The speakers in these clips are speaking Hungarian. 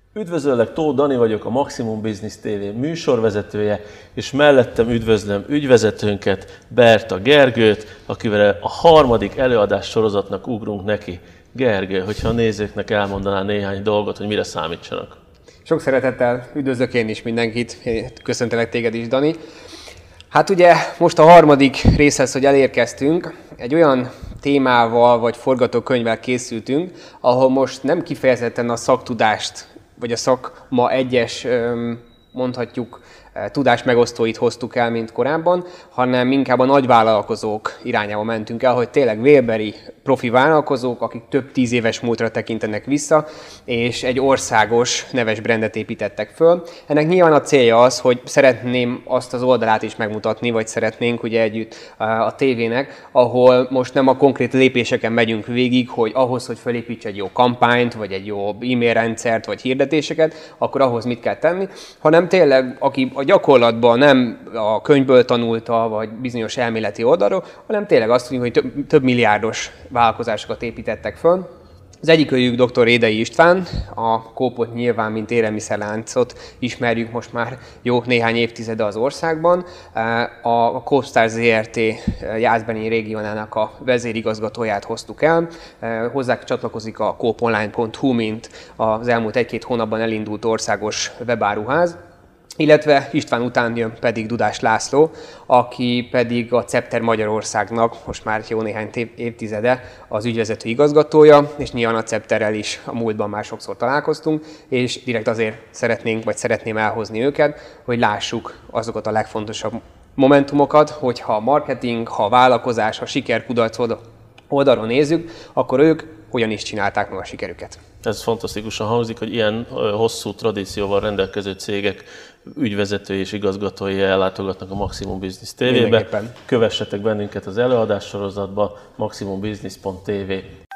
Üdvözöllek, Tóth Dani vagyok, a Maximum Business TV műsorvezetője, és mellettem üdvözlöm ügyvezetőnket, Berta Gergőt, akivel a harmadik előadás sorozatnak ugrunk neki. Gergő, hogyha a nézőknek elmondanál néhány dolgot, hogy mire számítsanak. Sok szeretettel üdvözlök én is mindenkit, köszöntelek téged is, Dani. Hát ugye most a harmadik részhez, hogy elérkeztünk, egy olyan témával vagy forgatókönyvvel készültünk, ahol most nem kifejezetten a szaktudást, vagy a szakma egyes, mondhatjuk, tudásmegosztóit hoztuk el, mint korábban, hanem inkább a nagyvállalkozók irányába mentünk el, hogy tényleg vélbeli profi vállalkozók, akik több 10 éves múltra tekintenek vissza, és egy országos neves brandet építettek föl. Ennek nyilván a célja az, hogy szeretném azt az oldalát is megmutatni, vagy szeretnénk ugye együtt a tévének, ahol most nem a konkrét lépéseken megyünk végig, hogy ahhoz, hogy felépíts egy jó kampányt, vagy egy jó e-mail rendszert, vagy hirdetéseket, akkor ahhoz mit kell tenni, hanem tényleg, aki a gyakorlatban nem a könyvből tanulta, vagy bizonyos elméleti oldalról, hanem tényleg azt mondjuk, hogy több milliárdos vállalkozásokat építettek föl. Az egyikőjük dr. Rédei István, a Coopot nyilván, mint élelmiszerláncot ismerjük most már jó néhány évtizede az országban. A Coopstar Zrt. Jászberényi régiónának a vezérigazgatóját hoztuk el. Hozzá csatlakozik a cooponline.hu, mint az elmúlt 1-2 hónapban elindult országos webáruház. Illetve István után jön pedig Dudás László, aki pedig a Cepter Magyarországnak most már jó néhány évtizede az ügyvezető igazgatója, és nyilván a Cepterrel is a múltban már sokszor találkoztunk, és direkt azért szeretném elhozni őket, hogy lássuk azokat a legfontosabb momentumokat, hogyha a marketing, ha a vállalkozás, ha siker-kudarc oldalról nézzük, akkor ők hogyan is csinálták meg a sikerüket. Ez fantasztikusan hangzik, hogy ilyen hosszú tradícióval rendelkező cégek ügyvezetői és igazgatói ellátogatnak a Maximum Business TV-be. Kövessetek bennünket az előadás sorozatba, maximumbusiness.tv.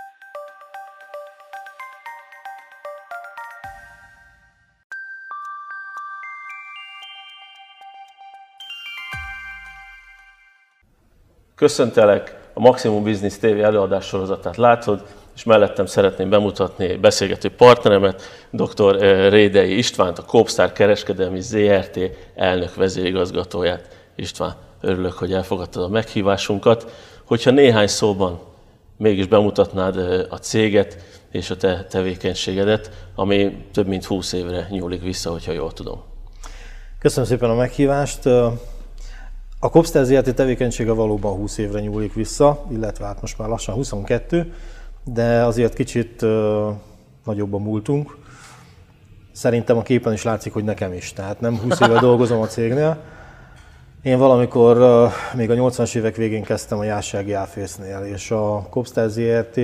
Köszöntelek, a Maximum Business TV előadás sorozatát látod, és mellettem szeretném bemutatni beszélgető partneremet, dr. Rédei Istvánt, a Coopstar Kereskedelmi Zrt. Elnök vezérigazgatóját. István, örülök, hogy elfogadtad a meghívásunkat. Hogyha néhány szóban mégis bemutatnád a céget és a te tevékenységedet, ami több mint 20 évre nyúlik vissza, hogyha jól tudom. Köszönöm szépen a meghívást. A Coopstar Zrt. Tevékenysége valóban 20 évre nyúlik vissza, illetve hát most már lassan 22, de azért kicsit nagyobb a múltunk. Szerintem a képen is látszik, hogy nekem is, tehát nem 20 éve dolgozom a cégnél. Én valamikor még a 80-as évek végén kezdtem a Jászsági Áfésznél, és a Coopstar Zrt.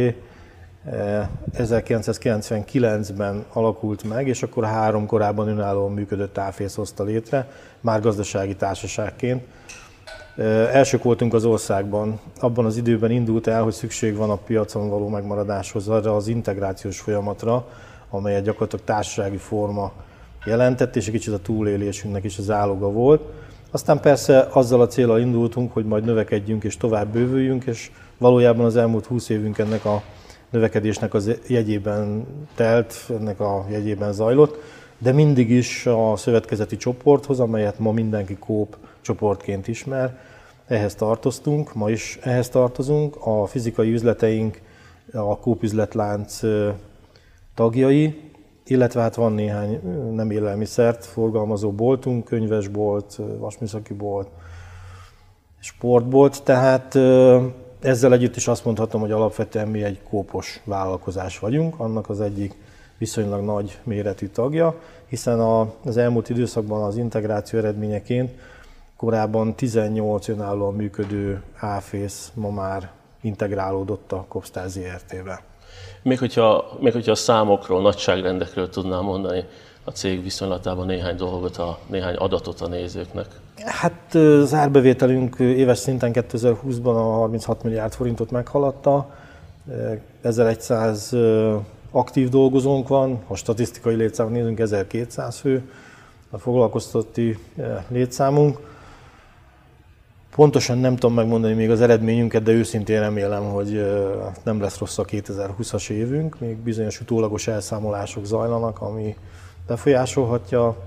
1999-ben alakult meg, és akkor 3 korábban önállóan működött áfész hozta létre, már gazdasági társaságként. Elsők voltunk az országban. Abban az időben indult el, hogy szükség van a piacon való megmaradáshoz, arra az integrációs folyamatra, amelyet gyakorlatilag társasági forma jelentett, és egy kicsit a túlélésünknek is az áloga volt. Aztán persze azzal a céllal indultunk, hogy majd növekedjünk és tovább bővüljünk, és valójában az elmúlt 20 évünk ennek a növekedésnek az jegyében telt, ennek a jegyében zajlott, de mindig is a szövetkezeti csoporthoz, amelyet ma mindenki Coop csoportként ismer, ehhez tartoztunk, ma is ehhez tartozunk. A fizikai üzleteink a Coop üzletlánc tagjai, illetve hát van néhány nem élelmiszert forgalmazó boltunk, könyvesbolt, vasműszaki bolt, sportbolt, tehát ezzel együtt is azt mondhatom, hogy alapvetően mi egy Coopos vállalkozás vagyunk, annak az egyik viszonylag nagy méretű tagja, hiszen az elmúlt időszakban az integráció eredményeként korábban 18 önállóan működő áfész ma már integrálódott a Coopstar Zrt.-be. Még hogyha a számokról, nagyságrendekről tudnám mondani a cég viszonylatában néhány dolgot, néhány adatot a nézőknek. Hát az árbevételünk éves szinten 2020-ban a 36 milliárd forintot meghaladta, 1100 aktív dolgozónk van, ha statisztikai létszámot nézünk, 1200 fő a foglalkoztatotti létszámunk. Pontosan nem tudom megmondani még az eredményünket, de őszintén remélem, hogy nem lesz rossz a 2020-as évünk. Még bizonyos utólagos elszámolások zajlanak, ami befolyásolhatja.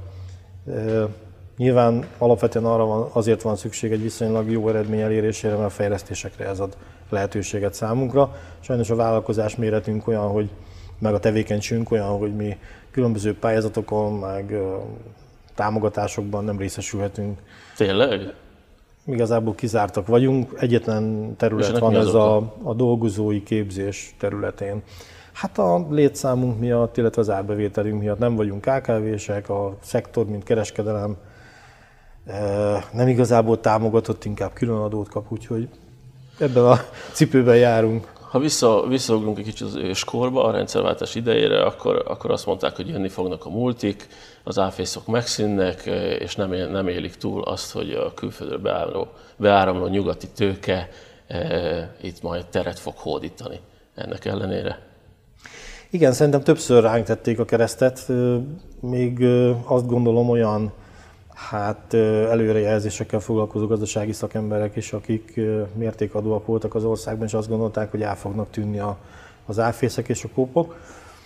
Nyilván alapvetően azért van szükség egy viszonylag jó eredmény elérésére, mert a fejlesztésekre ez ad lehetőséget számunkra. Sajnos a vállalkozás méretünk olyan, hogy meg a tevékenységünk olyan, hogy mi különböző pályázatokon, meg támogatásokban nem részesülhetünk. Tényleg? Igazából kizártak vagyunk. Egyetlen terület van ez a dolgozói képzés területén. Hát a létszámunk miatt, illetve az árbevételünk miatt nem vagyunk KKV-sek, a szektor, mint kereskedelem nem igazából támogatott, inkább külön adót kap, úgyhogy ebben a cipőben járunk. Ha visszaugrunk egy kicsit az őskorba, a rendszerváltás idejére, akkor azt mondták, hogy jönni fognak a multik, az áfészok megszűnnek, és nem élik túl azt, hogy a külföldről beáramló nyugati tőke itt majd teret fog hódítani ennek ellenére. Igen, szerintem többször ránk tették a keresztet, még azt gondolom olyan előrejelzésekkel foglalkozó gazdasági szakemberek is, akik mértékadóak voltak az országban, és azt gondolták, hogy el fognak tűnni az áfészek és a kópok.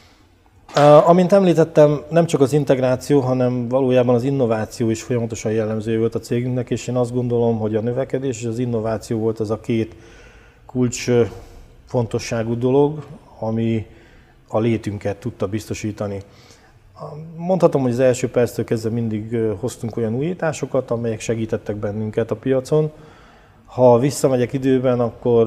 Amint említettem, nem csak az integráció, hanem valójában az innováció is folyamatosan jellemző volt a cégünknek, és én azt gondolom, hogy a növekedés és az innováció volt az a két kulcs fontosságú dolog, ami a létünket tudta biztosítani. Mondhatom, hogy az első perctől kezdve mindig hoztunk olyan újításokat, amelyek segítettek bennünket a piacon. Ha visszamegyek időben, akkor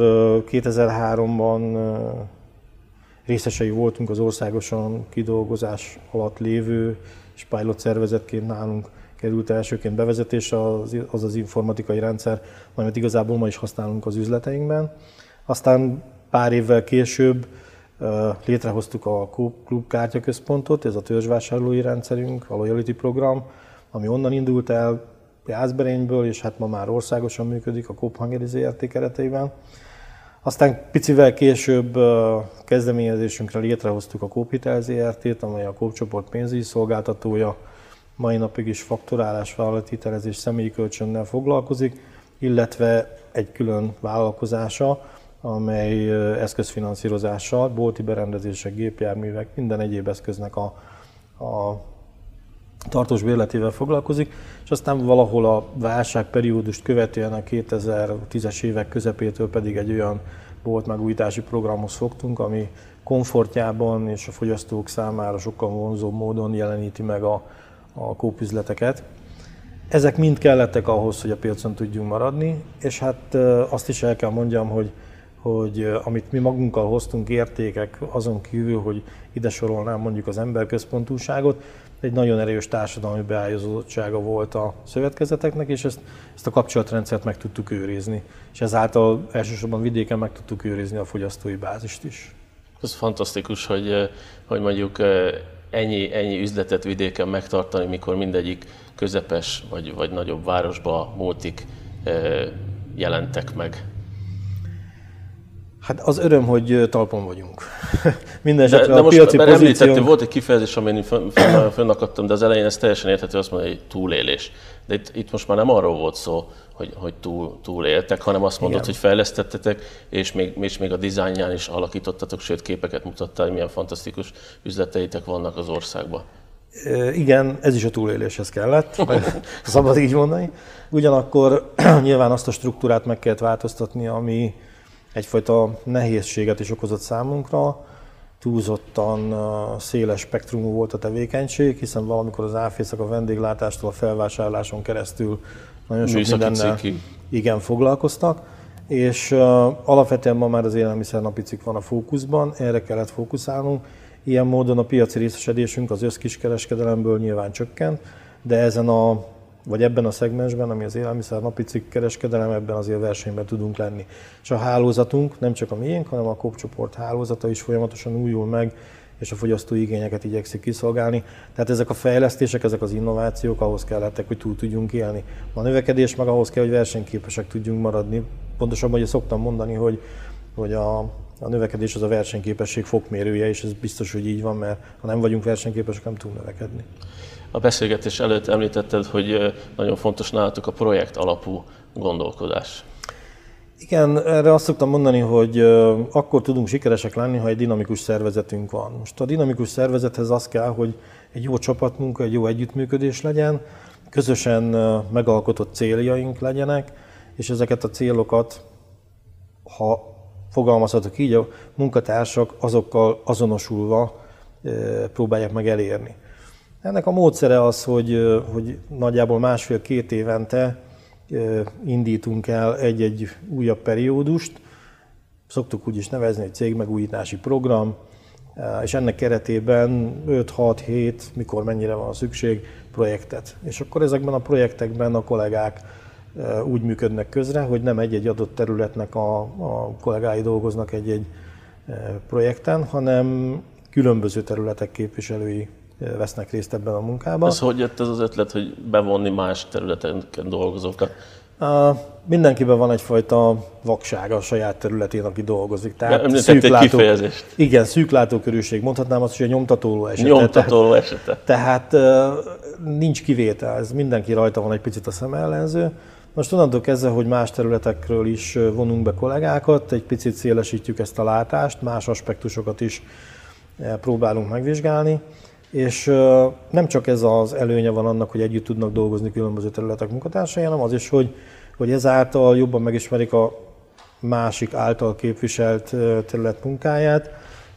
2003-ban részesei voltunk az országosan kidolgozás alatt lévő, és pilot szervezetként nálunk került elsőként bevezetésre az informatikai rendszer, amit igazából ma is használunk az üzleteinkben. Aztán pár évvel később létrehoztuk a Coop Klub kártyaközpontot, ez a törzsvásárlói rendszerünk, a Loyalty program, ami onnan indult el Jászberényből, és hát ma már országosan működik a Coop Hungary Zrt. Kereteiben. Aztán picivel később kezdeményezésünkre létrehoztuk a Coop Hitel Zrt.-t, amely a Coop csoport pénzügyi szolgáltatója, mai napig is fakturálás, vállalati hitelezés, személyi kölcsönnel foglalkozik, illetve egy külön vállalkozása, amely eszközfinanszírozással, bolti berendezések, gépjárművek, minden egyéb eszköznek a tartós bérletével foglalkozik, és aztán valahol a válságperiódust követően a 2010-es évek közepétől pedig egy olyan bolt megújítási programhoz fogtunk, ami komfortjában és a fogyasztók számára sokkal vonzóbb módon jeleníti meg a Coop üzleteket. Ezek mind kellettek ahhoz, hogy a piacon tudjunk maradni, és hát azt is el kell mondjam, hogy amit mi magunkkal hoztunk értékek, azon kívül, hogy ide sorolnám mondjuk az emberközpontúságot, egy nagyon erős társadalmi beágyazottsága volt a szövetkezeteknek, és ezt a kapcsolatrendszert meg tudtuk őrizni. És ezáltal elsősorban vidéken meg tudtuk őrizni a fogyasztói bázist is. Ez fantasztikus, hogy mondjuk ennyi üzletet vidéken megtartani, mikor mindegyik közepes vagy nagyobb városba multik jelentek meg. Hát az öröm, hogy talpon vagyunk. Mindenesetre a piaci pozíciónk... Volt egy kifejezés, amin fönnakadtam, de az elején ez teljesen érthető, azt mondani, hogy túlélés. De itt most már nem arról volt szó, hogy túléltek, hanem azt mondod, hogy fejlesztettetek, és még a dizájnján is alakítottatok, sőt képeket mutattál, hogy milyen fantasztikus üzleteitek vannak az országban. Igen, ez is a túléléshez kellett, szabad így mondani. Ugyanakkor nyilván azt a struktúrát meg kellett változtatni, ami egyfajta nehézséget is okozott számunkra. Túlzottan széles spektrumú volt a tevékenység, hiszen valamikor az áfészek a vendéglátástól a felvásárláson keresztül nagyon sok mindennel foglalkoztak. És alapvetően ma már az élelmiszer napi cikk van a fókuszban, erre kellett fókuszálnunk. Ilyen módon a piaci részesedésünk az összkiskereskedelemből nyilván csökkent, de ebben a szegmensben, ami az élelmiszer napi cikk kereskedelem, ebben azért versenyben tudunk lenni. És a hálózatunk, nem csak a miénk, hanem a Coop csoport hálózata is folyamatosan újul meg, és a fogyasztói igényeket igyekszik kiszolgálni. Tehát ezek a fejlesztések, ezek az innovációk ahhoz kellettek, hogy túl tudjunk élni. A növekedés meg ahhoz kell, hogy versenyképesek tudjunk maradni. Pontosabban, hogy szoktam mondani, hogy a növekedés az a versenyképesség fokmérője, és ez biztos, hogy így van, mert ha nem vagyunk versenyképesek, nem tudunk növekedni. A beszélgetés előtt említetted, hogy nagyon fontos nálatok a projekt alapú gondolkodás. Igen, erre azt szoktam mondani, hogy akkor tudunk sikeresek lenni, ha egy dinamikus szervezetünk van. Most a dinamikus szervezethez az kell, hogy egy jó csapatmunka, egy jó együttműködés legyen, közösen megalkotott céljaink legyenek, és ezeket a célokat, ha fogalmazhatok így, a munkatársak azokkal azonosulva próbálják meg elérni. Ennek a módszere az, hogy nagyjából 1,5-2 évente indítunk el egy-egy újabb periódust, szoktuk úgy is nevezni, egy cégmegújítási program, és ennek keretében 5-6-7, mikor mennyire van szükség, projektet. És akkor ezekben a projektekben a kollégák úgy működnek közre, hogy nem egy-egy adott területnek a kollégái dolgoznak egy-egy projekten, hanem különböző területek képviselői vesznek részt ebben a munkában. Ez hogy jött ez az ötlet, hogy bevonni más területeken dolgozókat? Mindenkiben van egyfajta vaksága a saját területén, aki dolgozik. Tehát egy kifejezést. Igen, szűklátókörűség. Mondhatnám azt, hogy a nyomtatóló esete. Nyomtatóló esete. Tehát nincs kivétel, ez mindenki rajta van egy picit a szemellenző. Most onnantól kezdve, hogy más területekről is vonunk be kollégákat, egy picit szélesítjük ezt a látást, más aspektusokat is próbálunk megvizsgálni. És nem csak ez az előnye van annak, hogy együtt tudnak dolgozni különböző területek munkatársai, hanem az is, hogy ezáltal jobban megismerik a másik által képviselt terület munkáját,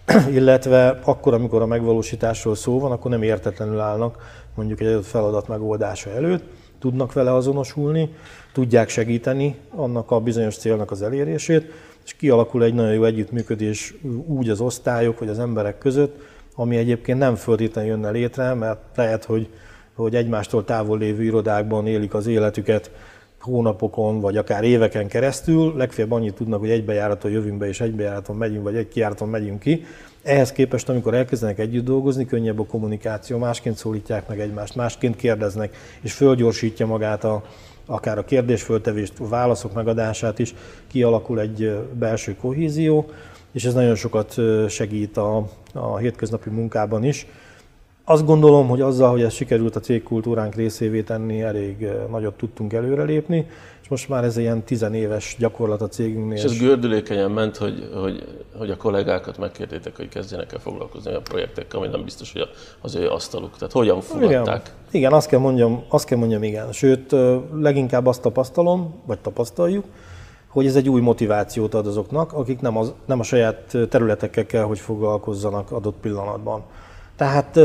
illetve akkor, amikor a megvalósításról szó van, akkor nem értetlenül állnak mondjuk egy adott feladat megoldása előtt, tudnak vele azonosulni, tudják segíteni annak a bizonyos célnak az elérését, és kialakul egy nagyon jó együttműködés úgy az osztályok vagy az emberek között, ami egyébként nem föltétlenül jönne létre, mert lehet, hogy egymástól távol lévő irodákban élik az életüket hónapokon, vagy akár éveken keresztül, legfeljebb annyit tudnak, hogy egy bejáraton jövünk be, és egy bejáraton megyünk, vagy egy kijáraton megyünk ki. Ehhez képest, amikor elkezdenek együtt dolgozni, könnyebb a kommunikáció, másként szólítják meg egymást, másként kérdeznek, és fölgyorsítja magát akár a kérdésföltevést, a válaszok megadását is, kialakul egy belső kohézió, és ez nagyon sokat segít a hétköznapi munkában is. Azt gondolom, hogy azzal, hogy ez sikerült a cégkultúránk részévé tenni, elég nagyot tudtunk előrelépni, és most már ez ilyen 10 éves gyakorlat a cégünknél. És ez gördülékenyen ment, hogy a kollégákat megkértétek, hogy kezdjenek el foglalkozni a projektekkel, ami nem biztos, hogy az ő asztaluk. Tehát hogyan fogadták? Igen, azt kell mondjam, igen. Sőt, leginkább azt tapasztalom, vagy tapasztaljuk, hogy ez egy új motivációt ad azoknak, akik nem a saját területekkel kell, hogy foglalkozzanak adott pillanatban. Tehát,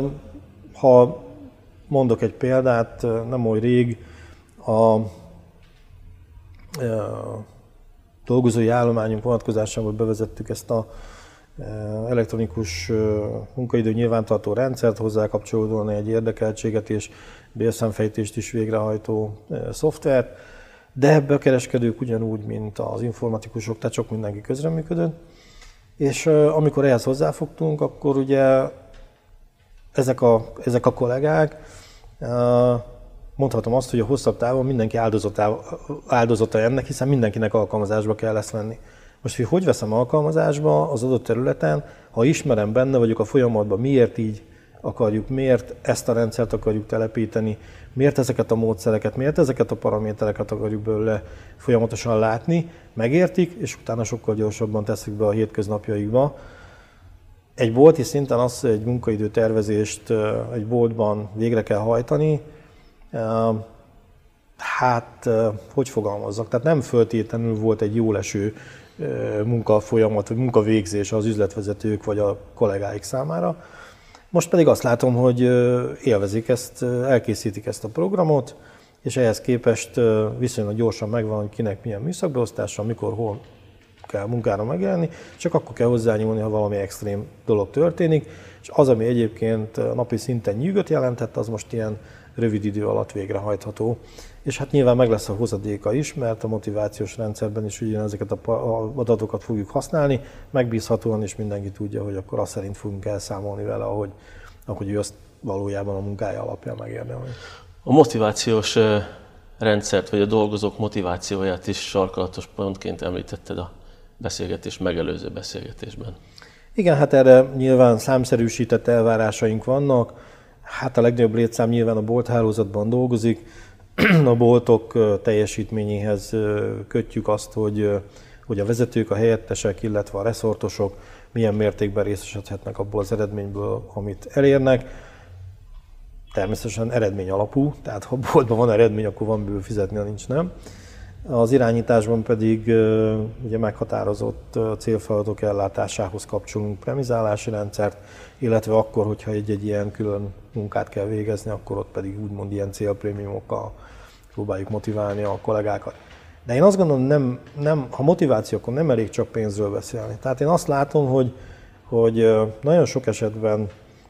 ha mondok egy példát, nem oly rég a dolgozói állományunk vonatkozásában bevezettük ezt az elektronikus munkaidő nyilvántartó rendszert, hozzá kapcsolódóan egy érdekeltséget és bérszámfejtést is végrehajtó szoftvert, de ebbe a kereskedők ugyanúgy, mint az informatikusok, tehát sok mindenki közreműködött. És amikor ehhez hozzáfogtunk, akkor ugye ezek a kollégák, mondhatom azt, hogy a hosszabb távon mindenki áldozata ennek, hiszen mindenkinek alkalmazásba kell ezt venni. Most, hogy veszem alkalmazásba az adott területen, ha ismerem, benne vagyok a folyamatban, miért így akarjuk, miért ezt a rendszert akarjuk telepíteni, miért ezeket a módszereket, miért ezeket a paramétereket akarjuk belőle folyamatosan látni, megértik, és utána sokkal gyorsabban teszik be a hétköznapjaikba. Egy bolti szinten az, hogy egy munkaidő tervezést egy boltban végre kell hajtani, hát hogy fogalmazzak, tehát nem föltétlenül volt egy jól eső munkafolyamat, vagy munkavégzés az üzletvezetők vagy a kollégáik számára. Most pedig azt látom, hogy élvezik ezt, elkészítik ezt a programot, és ehhez képest viszonylag gyorsan megvan, hogy kinek milyen műszakbeosztása, mikor, hol kell munkára megjelenni, csak akkor kell hozzányúlni, ha valami extrém dolog történik, és az, ami egyébként napi szinten nyűgöt jelentett, az most ilyen rövid idő alatt végrehajtható. És hát nyilván meg lesz a hozadéka is, mert a motivációs rendszerben is ugyanezeket az adatokat fogjuk használni, megbízhatóan, és mindenki tudja, hogy akkor azt szerint fogunk elszámolni vele, ahogy ő azt valójában a munkája alapján megérdemli. A motivációs rendszert, vagy a dolgozók motivációját is sarkalatos pontként említetted a megelőző beszélgetésben. Igen, hát erre nyilván számszerűsített elvárásaink vannak. Hát a legnagyobb létszám nyilván a bolthálózatban dolgozik. a boltok teljesítményéhez kötjük azt, hogy a vezetők, a helyettesek, illetve a reszortosok milyen mértékben részesedhetnek abból az eredményből, amit elérnek. Természetesen eredmény alapú, tehát ha boltban van eredmény, akkor van bőven fizetni, ha nincs nem. Az irányításban pedig ugye meghatározott célfeladatok ellátásához kapcsolunk premizálási rendszert, illetve akkor, hogyha egy ilyen külön munkát kell végezni, akkor ott pedig úgymond ilyen célprémiumokkal próbáljuk motiválni a kollégákat. De én azt gondolom, ha motiváció, akkor nem elég csak pénzről beszélni. Tehát én azt látom, hogy nagyon sok esetben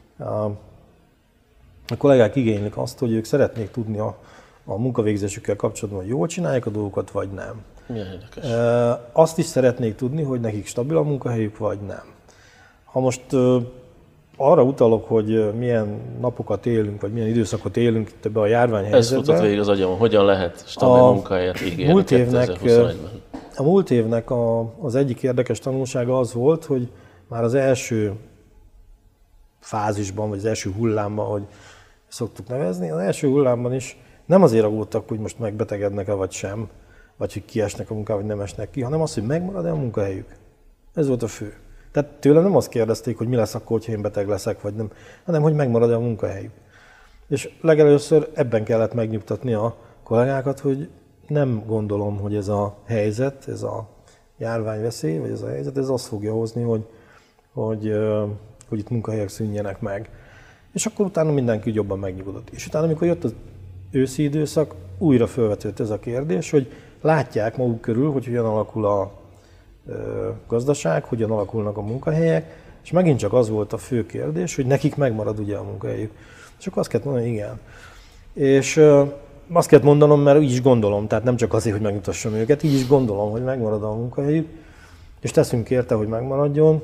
a kollégák igénylik azt, hogy ők szeretnék tudni a munkavégzésükkel kapcsolatban, hogy jól csinálják a dolgokat, vagy nem. Milyen érdekes. Azt is szeretnék tudni, hogy nekik stabil a munkahelyük, vagy nem. Ha most arra utalok, hogy milyen napokat élünk, vagy milyen időszakot élünk itt ebbe a járványhelyzetben. Ez futott végig az agyamon, hogyan lehet stabil munkahelyet ígérni 2021-ben. A múlt évnek az egyik érdekes tanulsága az volt, hogy már az első fázisban, vagy az első hullámban, hogy szoktuk nevezni, az első hullámban is nem azért aggódtak, hogy most megbetegednek-e vagy sem, vagy hogy kiesnek a munkába, vagy nem esnek ki, hanem az, hogy megmarad-e a munkahelyük. Ez volt a fő. Tehát tőlem nem azt kérdezték, hogy mi lesz akkor, ha én beteg leszek, vagy nem, hanem hogy megmarad-e a munkahelyük. És legelőször ebben kellett megnyugtatni a kollégákat, hogy nem gondolom, hogy ez a helyzet, ez a járványveszély, vagy ez a helyzet, ez azt fogja hozni, hogy itt munkahelyek szűnjenek meg. És akkor utána mindenki jobban megnyugodott. És utána, amikor jött az őszi időszak, újra felvetődött ez a kérdés, hogy látják maguk körül, hogy hogyan alakul a gazdaság, hogyan alakulnak a munkahelyek, és megint csak az volt a fő kérdés, hogy nekik megmarad ugye a munkahelyük. És akkor azt kellett mondani, hogy igen. És azt kellett mondanom, mert így is gondolom, tehát nem csak azért, hogy megmutassam őket, így is gondolom, hogy megmarad a munkahelyük, és teszünk érte, hogy megmaradjon.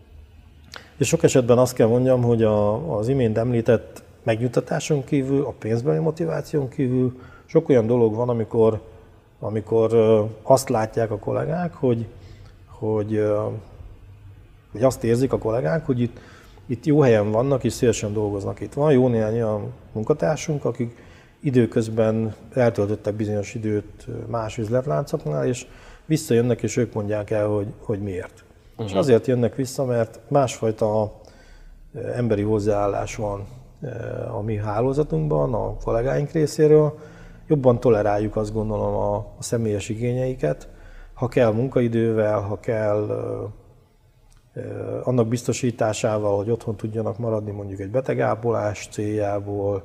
És sok esetben azt kell mondjam, hogy az imént említett megnyugtatáson kívül, a pénzbeli motiváción kívül sok olyan dolog van, amikor azt látják a kollégák, hogy azt érzik a kollégák, hogy itt jó helyen vannak és szívesen dolgoznak itt. Van jó néhány olyan munkatársunk, akik időközben eltöltöttek bizonyos időt más üzletláncoknál, és visszajönnek, és ők mondják el, hogy miért. És azért jönnek vissza, mert másfajta emberi hozzáállás van a mi hálózatunkban, a kollégáink részéről. Jobban toleráljuk, azt gondolom, a személyes igényeiket, ha kell munkaidővel, ha kell annak biztosításával, hogy otthon tudjanak maradni mondjuk egy betegápolás céljából.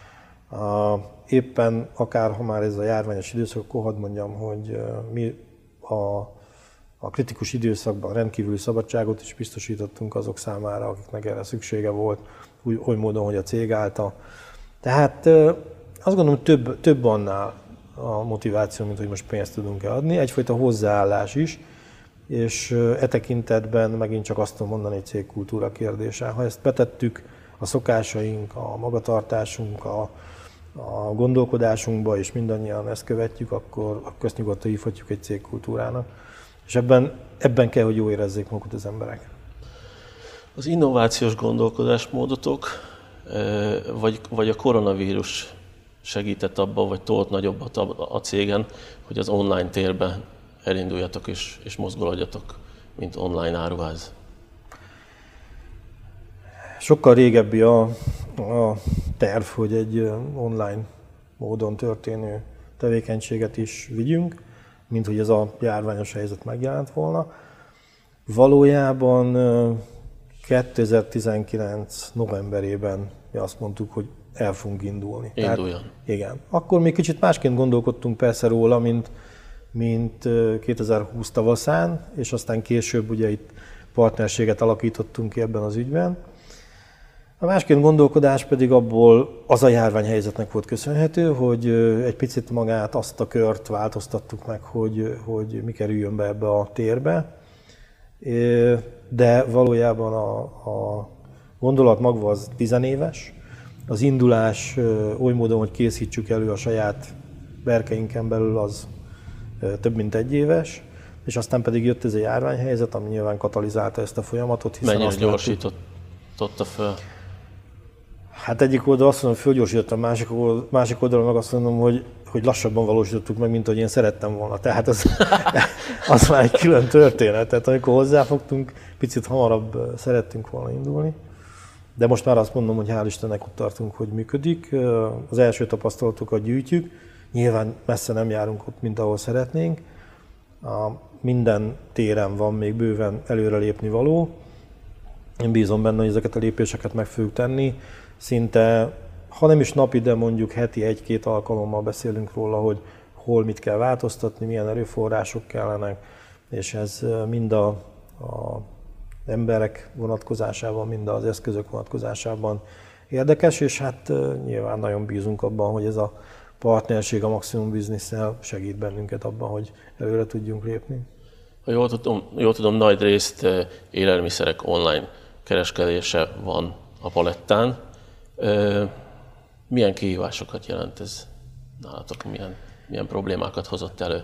Éppen akár, ha már ez a járványos időszak, akkor hadd mondjam, hogy mi a kritikus időszakban rendkívüli szabadságot is biztosítottunk azok számára, akiknek erre szüksége volt, oly módon, hogy a cég állta. Tehát azt gondolom, több annál a motiváció, mint hogy most pénzt tudunk-e adni, egyfajta hozzáállás is, és e tekintetben megint csak azt tudom mondani, egy cégkultúra kérdése. Ha ezt betettük a szokásaink, a magatartásunk, a gondolkodásunkba, és mindannyian ezt követjük, akkor ezt nyugodtan hívhatjuk egy cégkultúrának. És ebben kell, hogy jól érezzék magukat az emberek. Az innovációs gondolkodásmódotok, vagy a koronavírus segített abban, vagy tolt nagyobbat a cégen, hogy az online térben elinduljatok és mozgolódjatok, mint online áruház? Sokkal régebbi a terv, hogy egy online módon történő tevékenységet is vigyünk, mint hogy ez a járványos helyzet megjelent volna. Valójában 2019 novemberében mi azt mondtuk, hogy el fogunk indulni. Induljon. Tehát, igen. Akkor még kicsit másként gondolkodtunk persze róla, mint 2020 tavaszán, és aztán később ugye itt partnerséget alakítottunk ki ebben az ügyben. A másként gondolkodás pedig abból az a járványhelyzetnek volt köszönhető, hogy egy picit magát, azt a kört változtattuk meg, hogy mi kerüljön be ebbe a térbe. De valójában a gondolat maga az tizenéves. Az indulás oly módon, hogy készítsük elő a saját berkeinken belül, az több mint 1 éves. És aztán pedig jött ez a járványhelyzet, ami nyilván katalizálta ezt a folyamatot. Mennyire gyorsította fel? Hát egyik oldalon azt mondom, hogy fölgyorsítottam, másik oldalon meg azt mondom, hogy lassabban valósítottuk meg, mint hogy én szerettem volna. Tehát az már egy külön történet. Tehát amikor hozzáfogtunk, picit hamarabb szerettünk volna indulni. De most már azt mondom, hogy hál' Istennek ott tartunk, hogy működik. Az első tapasztalatokat gyűjtjük. Nyilván messze nem járunk ott, mint ahol szeretnénk. Minden téren van még bőven előrelépni való. Én bízom benne, hogy ezeket a lépéseket meg fogjuk tenni. Szinte, ha nem is napi, de mondjuk heti egy-két alkalommal beszélünk róla, hogy hol mit kell változtatni, milyen erőforrások kellenek, és ez mind a emberek vonatkozásában, mind az eszközök vonatkozásában érdekes, és hát nyilván nagyon bízunk abban, hogy ez a partnerség a Maximum Business-szel segít bennünket abban, hogy előre tudjunk lépni. Ha jól tudom, nagy részt élelmiszerek online kereskedése van a palettán. Milyen kihívásokat jelent ez nálatok? Milyen problémákat hozott elő?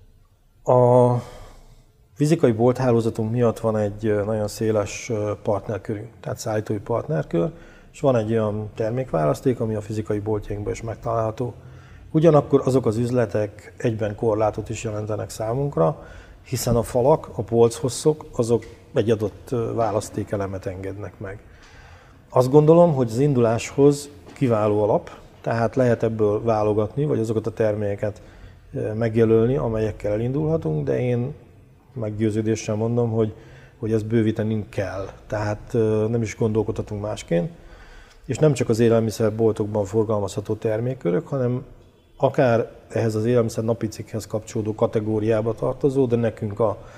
A fizikai bolthálózatunk miatt van egy nagyon széles partnerkörünk, tehát szállítói partnerkör, és van egy olyan termékválaszték, ami a fizikai boltjainkban is megtalálható. Ugyanakkor azok az üzletek egyben korlátot is jelentenek számunkra, hiszen a falak, a polchosszok, azok egy adott választékelemet engednek meg. Azt gondolom, hogy az induláshoz kiváló alap, tehát lehet ebből válogatni, vagy azokat a termékeket megjelölni, amelyekkel elindulhatunk, de én meggyőződéssel mondom, hogy ezt bővítenünk kell. Tehát nem is gondolkodhatunk másként. És nem csak az élelmiszerboltokban forgalmazható termékkörök, hanem akár ehhez az élelmiszer napicikkhez kapcsolódó kategóriába tartozó, de nekünk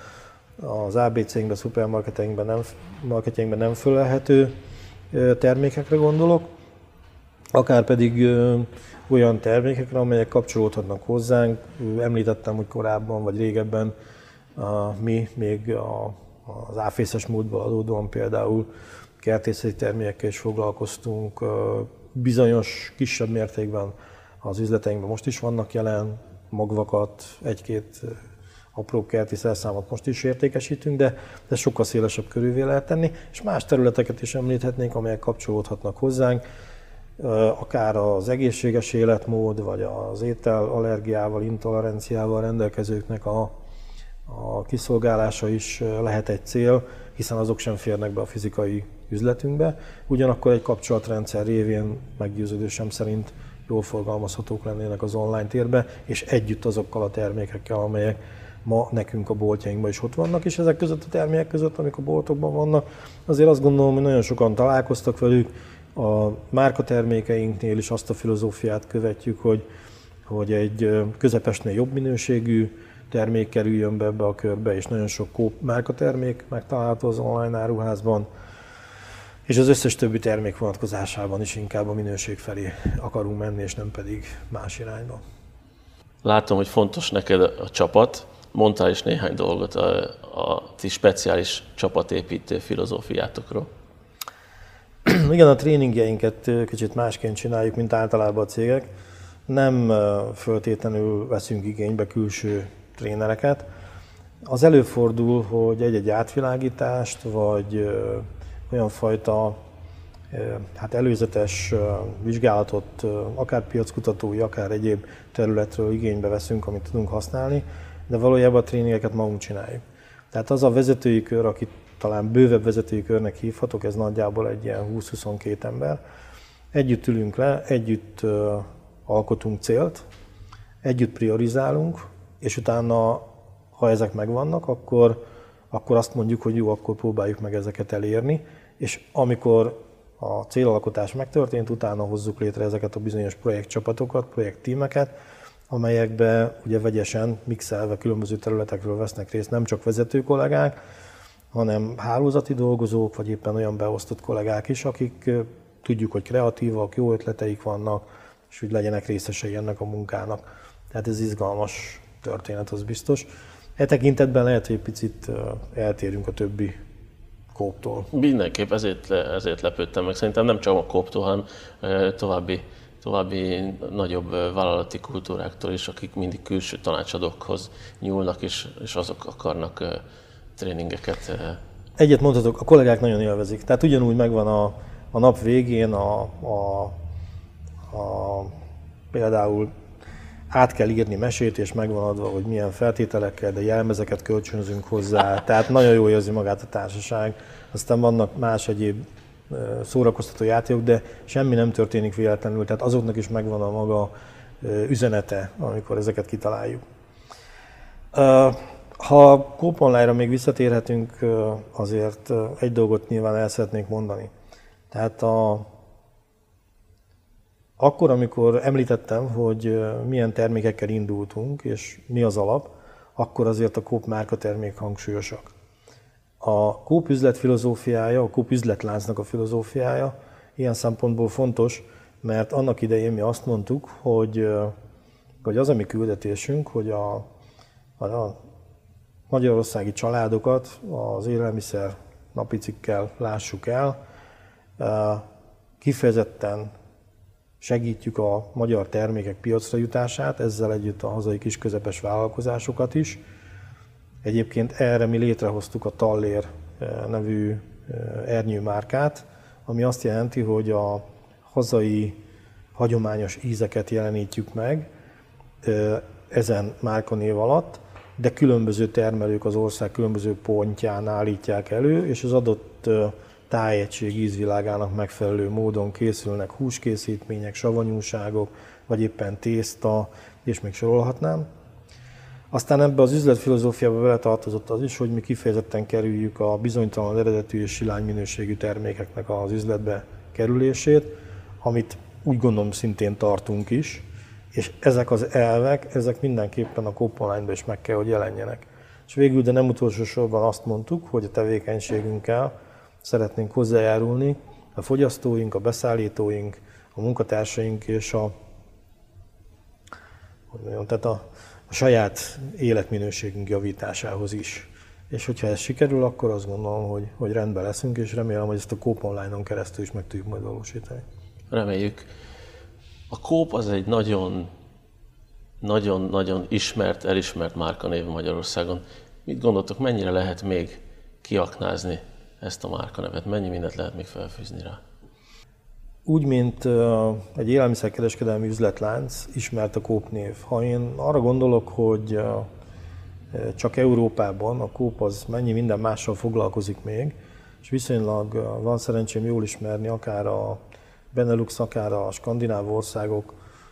az ABC-inkben, szupermarketjeinkben nem fölelhető termékekre gondolok, akár pedig olyan termékekre, amelyek kapcsolódhatnak hozzánk. Említettem, hogy korábban vagy régebben mi még az áfészes múltból adódóan például kertészeti termékekkel is foglalkoztunk, bizonyos kisebb mértékben az üzleteinkben most is vannak jelen, magvakat, egy-két apró kerti szerszámot most is értékesítünk, de sokkal szélesebb körülvé lehet tenni, és más területeket is említhetnénk, amelyek kapcsolódhatnak hozzánk, akár az egészséges életmód, vagy az ételallergiával, intoleranciával rendelkezőknek a kiszolgálása is lehet egy cél, hiszen azok sem férnek be a fizikai üzletünkbe. Ugyanakkor egy kapcsolatrendszer révén meggyőződésem szerint jól forgalmazhatók lennének az online térbe, és együtt azokkal a termékekkel, amelyek ma nekünk a boltjainkban is ott vannak, és ezek között a termékek között, amik a boltokban vannak, azért azt gondolom, hogy nagyon sokan találkoztak velük. A márkatermékeinknél is azt a filozófiát követjük, hogy egy közepesnél jobb minőségű termék kerüljön be ebbe a körbe, és nagyon sok márkatermék megtalálható az online áruházban, és az összes többi termék vonatkozásában is inkább a minőség felé akarunk menni, és nem pedig más irányba. Látom, hogy fontos neked a csapat. Mondtál is néhány dolgot a ti speciális csapatépítő filozófiátokról. Igen, a tréningjeinket kicsit másként csináljuk, mint általában a cégek. Nem föltétlenül veszünk igénybe külső trénereket. Az előfordul, hogy egy-egy átvilágítást, vagy olyan fajta előzetes vizsgálatot, akár piackutatói, akár egyéb területről igénybe veszünk, amit tudunk használni, de valójában a tréningeket magunk csináljuk. Tehát az a vezetői kör, akit talán bővebb vezetői körnek hívhatok, ez nagyjából egy ilyen 20-22 ember. Együtt ülünk le, együtt alkotunk célt, együtt priorizálunk, és utána, ha ezek megvannak, akkor azt mondjuk, hogy jó, akkor próbáljuk meg ezeket elérni, és amikor a célalkotás megtörtént, utána hozzuk létre ezeket a bizonyos projektcsapatokat, projekttímeket, amelyekbe ugye vegyesen, mixelve különböző területekről vesznek részt nem csak vezető kollégák, hanem hálózati dolgozók, vagy éppen olyan beosztott kollégák is, akik tudjuk, hogy kreatívak, jó ötleteik vannak, és hogy legyenek részesei ennek a munkának. Tehát ez izgalmas történet, az biztos. E tekintetben lehet, hogy picit eltérünk a többi Coop-tól. Mindenképp ezért lepődtem meg. Szerintem nem csak a Coop-tól, hanem további nagyobb vállalati kultúráktól is, akik mindig külső tanácsadókhoz nyúlnak, és azok akarnak tréningeket. Egyet mondhatok, a kollégák nagyon élvezik. Tehát ugyanúgy megvan a nap végén például át kell írni mesét, és megvan adva, hogy milyen feltételekkel, de jelmezeket kölcsönzünk hozzá, tehát nagyon jól érzi magát a társaság. Aztán vannak más egyéb szórakoztató játékok, de semmi nem történik véletlenül, tehát azoknak is megvan a maga üzenete, amikor ezeket kitaláljuk. Ha Coop Online-ra még visszatérhetünk, azért egy dolgot nyilván el szeretnék mondani. Tehát akkor, amikor említettem, hogy milyen termékekkel indultunk, és mi az alap, akkor azért a Coop márkatermék hangsúlyosak. A Coop üzletfilozófiája, a Coop üzletláncnak a filozófiája ilyen szempontból fontos, mert annak idején mi azt mondtuk, hogy az a mi küldetésünk, hogy a magyarországi családokat az élelmiszer napi cikkel lássuk el, kifejezetten segítjük a magyar termékek piacra jutását, ezzel együtt a hazai kis közepes vállalkozásokat is. Egyébként erre mi létrehoztuk a Tallér nevű ernyőmárkát, ami azt jelenti, hogy a hazai hagyományos ízeket jelenítjük meg ezen márkanév alatt, de különböző termelők az ország különböző pontján állítják elő, és az adott tájegység ízvilágának megfelelő módon készülnek húskészítmények, savanyúságok, vagy éppen tészta, és még sorolhatnám. Aztán ebbe az üzletfilozófiába beletartozott az is, hogy mi kifejezetten kerüljük a bizonytalan eredetű és silány minőségű termékeknek az üzletbe kerülését, amit úgy gondolom szintén tartunk is, és ezek az elvek, ezek mindenképpen a Coop Online-ban is meg kell, hogy jelenjenek. És végül, de nem utolsó sorban azt mondtuk, hogy a tevékenységünkkel szeretnénk hozzájárulni a fogyasztóink, a beszállítóink, a munkatársaink és a saját életminőségünk javításához is. És hogyha ez sikerül, akkor azt gondolom, hogy rendben leszünk, és remélem, hogy ezt a Coop Online-on keresztül is meg tudjuk majd valósítani. Reméljük. A Coop az egy nagyon ismert, elismert márkanév Magyarországon. Mit gondoltok, mennyire lehet még kiaknázni ezt a márkanevet? Mennyi mindent lehet még felfűzni rá? Úgy, mint egy élelmiszerkereskedelmi üzletlánc, ismert a Coop név. Ha én arra gondolok, hogy csak Európában a Coop az mennyi minden mással foglalkozik még, és viszonylag van szerencsém jól ismerni akár a Benelux, akár a skandináv országok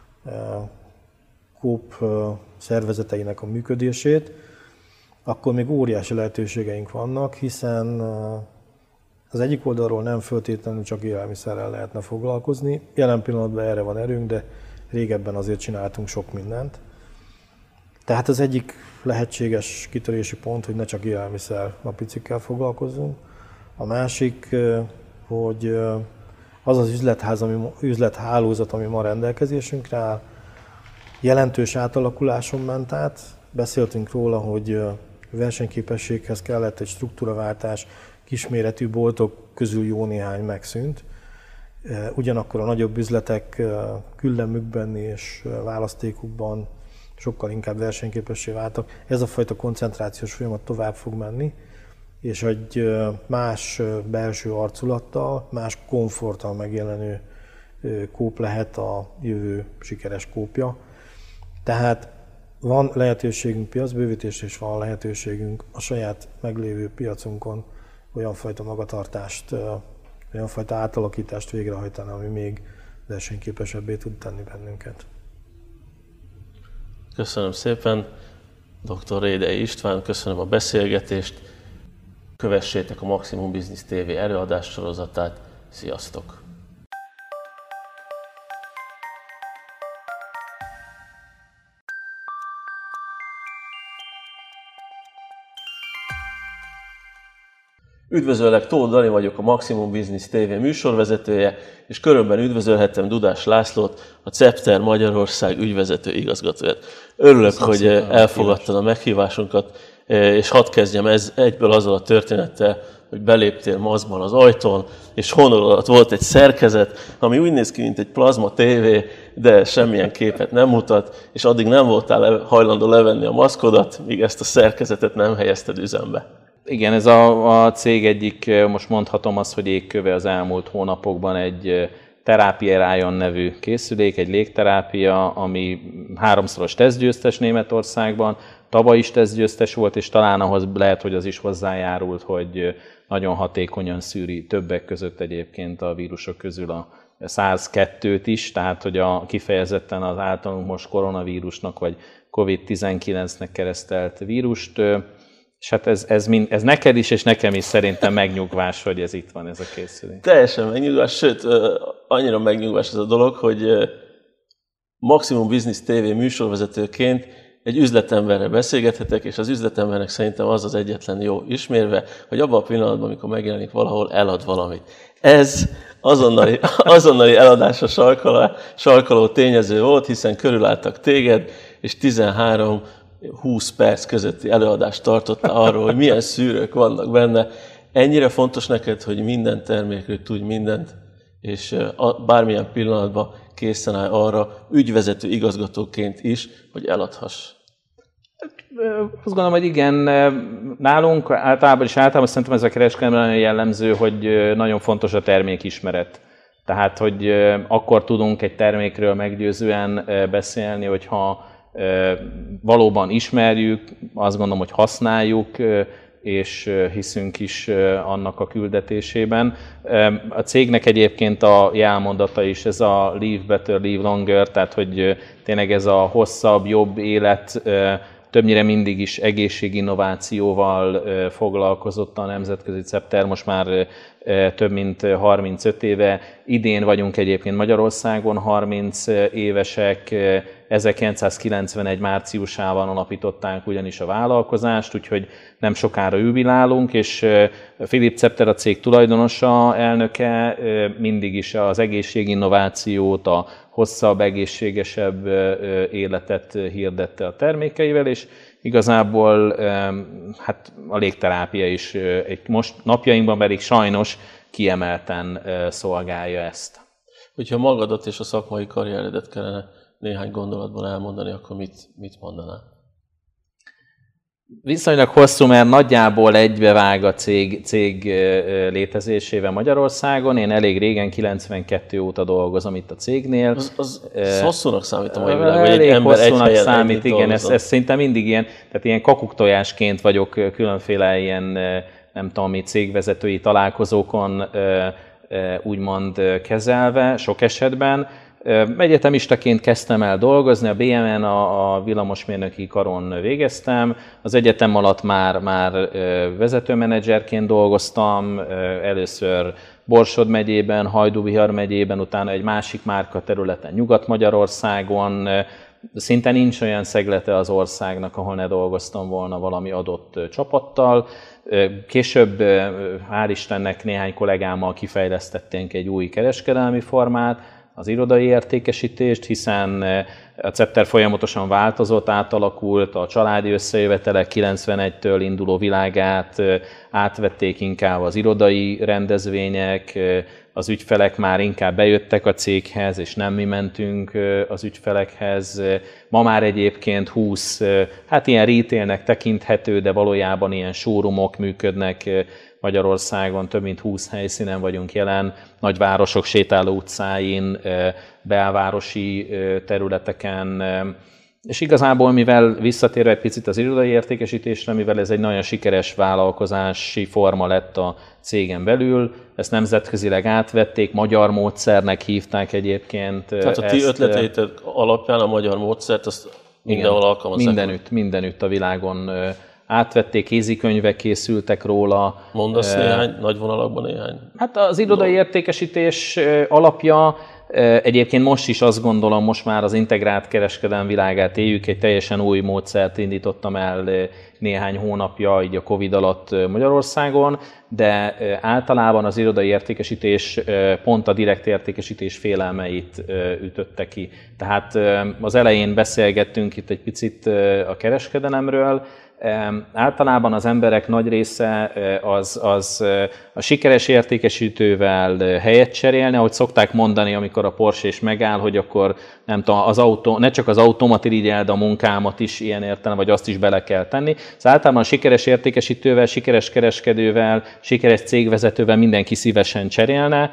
Coop szervezeteinek a működését, akkor még óriási lehetőségeink vannak, hiszen az egyik oldalról nem feltétlenül csak élelmiszerrel lehetne foglalkozni. Jelen pillanatban erre van erőnk, de régebben azért csináltunk sok mindent. Tehát az egyik lehetséges kitörési pont, hogy ne csak élelmiszer napicikkel foglalkozzunk. A másik, hogy az az üzlethálózat, ami ma rendelkezésünkre áll, jelentős átalakuláson ment át. Beszéltünk róla, hogy versenyképességhez kellett egy struktúraváltás, kisméretű boltok közül jó néhány megszűnt. Ugyanakkor a nagyobb üzletek küllemükben és választékukban sokkal inkább versenyképessé váltak. Ez a fajta koncentrációs folyamat tovább fog menni, és egy más belső arculattal, más komforttal megjelenő Coop lehet a jövő sikeres Coopja. Tehát van lehetőségünk piacbővítésre, és van lehetőségünk a saját meglévő piacunkon olyan fajta magatartást, olyan fajta átalakítást végrehajtani, ami még versenyképesebbé tud tenni bennünket. Köszönöm szépen, dr. Rédei István, köszönöm a beszélgetést. Kövessétek a Maximum Business TV előadássorozatát. Sziasztok! Üdvözöllek, Tóth Dani vagyok, a Maximum Business TV műsorvezetője, és körömben üdvözölhettem Dudás Lászlót, a Cepter Magyarország ügyvezető igazgatóját. Örülök, hogy elfogadtad a meghívásunkat, és hadd kezdjem egyből azzal a történettel, hogy beléptél maszkban az ajtón, és honol alatt volt egy szerkezet, ami úgy néz ki, mint egy plazma tévé, de semmilyen képet nem mutat, és addig nem voltál hajlandó levenni a maszkodat, míg ezt a szerkezetet nem helyezted üzembe. Igen, ez a cég egyik, most mondhatom azt, hogy égköve az elmúlt hónapokban egy Therapia Ryan nevű készülék, egy légterápia, ami 3-szoros tesztgyőztes Németországban, tavaly is tesztgyőztes volt, és talán ahhoz lehet, hogy az is hozzájárult, hogy nagyon hatékonyan szűri többek között egyébként a vírusok közül a SARS-2-t is, tehát hogy kifejezetten az általunk most koronavírusnak vagy COVID-19-nek keresztelt vírust. És hát ez neked is, és nekem is szerintem megnyugvás, hogy ez itt van, ez a készülék. Teljesen megnyugvás, sőt, annyira megnyugvás ez a dolog, hogy Maximum Business TV műsorvezetőként egy üzletemberrel beszélgethetek, és az üzletembernek szerintem az az egyetlen jó ismérve, hogy abban a pillanatban, amikor megjelenik valahol, elad valamit. Ez azonnali eladásra sarkaló tényező volt, hiszen körülálltak téged, és 13-20 perc közötti előadást tartottál arról, hogy milyen szűrők vannak benne. Ennyire fontos neked, hogy minden termékről tudj mindent, és bármilyen pillanatban készen áll arra, ügyvezető igazgatóként is, hogy eladhass. Azt gondolom, hogy igen, nálunk általában szerintem ez a kereskedelemben nagyon jellemző, hogy nagyon fontos a termékismeret. Tehát, hogy akkor tudunk egy termékről meggyőzően beszélni, hogyha valóban ismerjük, azt gondolom, hogy használjuk, és hiszünk is annak a küldetésében. A cégnek egyébként a jelmondata is ez a Live Better, Live Longer, tehát hogy tényleg ez a hosszabb, jobb élet, többnyire mindig is egészséginnovációval foglalkozott a Nemzetközi Chapter, most már több mint 35 éve. Idén vagyunk egyébként Magyarországon 30 évesek, 1991 márciusában alapították ugyanis a vállalkozást, úgyhogy nem sokára jubilálunk, és Philipp Zepter, a cég tulajdonosa, elnöke mindig is az egészséginnovációt, a hosszabb, egészségesebb életet hirdette a termékeivel, és igazából hát a légterápia is most napjainkban pedig sajnos kiemelten szolgálja ezt. Hogyha magadat és a szakmai karrieredet kellene néhány gondolatban elmondani, akkor mit mondanál? Viszonylag hosszú, mert nagyjából egybevág a cég létezésével Magyarországon. Én elég régen, 92 óta dolgozom itt a cégnél. Az hosszúnak számít a mai világban, hogy egy ember hosszúnak egy számít, igen, ez szinte mindig ilyen, tehát ilyen kakuktojásként vagyok különféle ilyen, nem tudom, cégvezetői találkozókon úgymond kezelve, sok esetben. Egyetemistaként kezdtem el dolgozni, a BM-en a villamosmérnöki karon végeztem, az egyetem alatt már vezetőmenedzserként dolgoztam, először Borsod megyében, Hajdú-Bihar megyében, utána egy másik márka területen Nyugat-Magyarországon. Szinte nincs olyan szeglete az országnak, ahol ne dolgoztam volna valami adott csapattal. Később, hál' Istennek, néhány kollégámmal kifejlesztettünk egy új kereskedelmi formát, az irodai értékesítést, hiszen a Zepter folyamatosan változott, átalakult, a családi összejövetelek 91-től induló világát átvették inkább az irodai rendezvények, az ügyfelek már inkább bejöttek a céghez, és nem mi mentünk az ügyfelekhez. Ma már egyébként 20, hát ilyen retailnek tekinthető, de valójában ilyen showroomok működnek Magyarországon, több mint 20 helyszínen vagyunk jelen, nagyvárosok sétáló utcáin, belvárosi területeken, és igazából, mivel visszatérve egy picit az irodai értékesítésre, mivel ez egy nagyon sikeres vállalkozási forma lett a cégen belül, ezt nemzetközileg átvették, magyar módszernek hívták egyébként. Tehát a ti ötleteitek alapján a magyar módszert, azt mindenhol alkalmazzák? Mindenütt a világon átvették, kézikönyvek készültek róla. Mondasz néhány, nagy vonalakban néhány? Hát az irodai értékesítés alapja, egyébként most is azt gondolom, most már az integrált kereskedelem világát éljük, egy teljesen új módszert indítottam el néhány hónapja, így a Covid alatt Magyarországon, de általában az irodai értékesítés pont a direkt értékesítés félelmeit ütötte ki. Tehát az elején beszélgettünk itt egy picit a kereskedelemről, Általában az emberek nagy része az a sikeres értékesítővel helyet cserélne, ahogy szokták mondani, amikor a Porsche is megáll, hogy akkor nem tudom, ne csak az automat irigyel, de a munkámat is ilyen értelem, vagy azt is bele kell tenni. Szóval általában a sikeres értékesítővel, sikeres kereskedővel, sikeres cégvezetővel mindenki szívesen cserélne,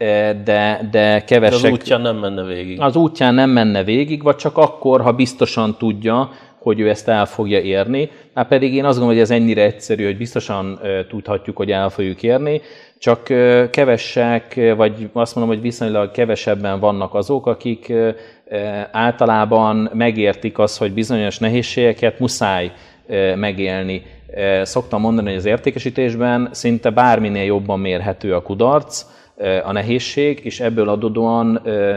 de kevesek... De az útján nem menne végig. Az útján nem menne végig, vagy csak akkor, ha biztosan tudja, hogy ő ezt el fogja érni. Hát pedig én azt gondolom, hogy ez ennyire egyszerű, hogy biztosan tudhatjuk, hogy el fogjuk érni, csak kevesek, vagy azt mondom, hogy viszonylag kevesebben vannak azok, akik általában megértik azt, hogy bizonyos nehézségeket muszáj megélni. Szoktam mondani, hogy az értékesítésben szinte bárminél jobban mérhető a kudarc, a nehézség, és ebből adódóan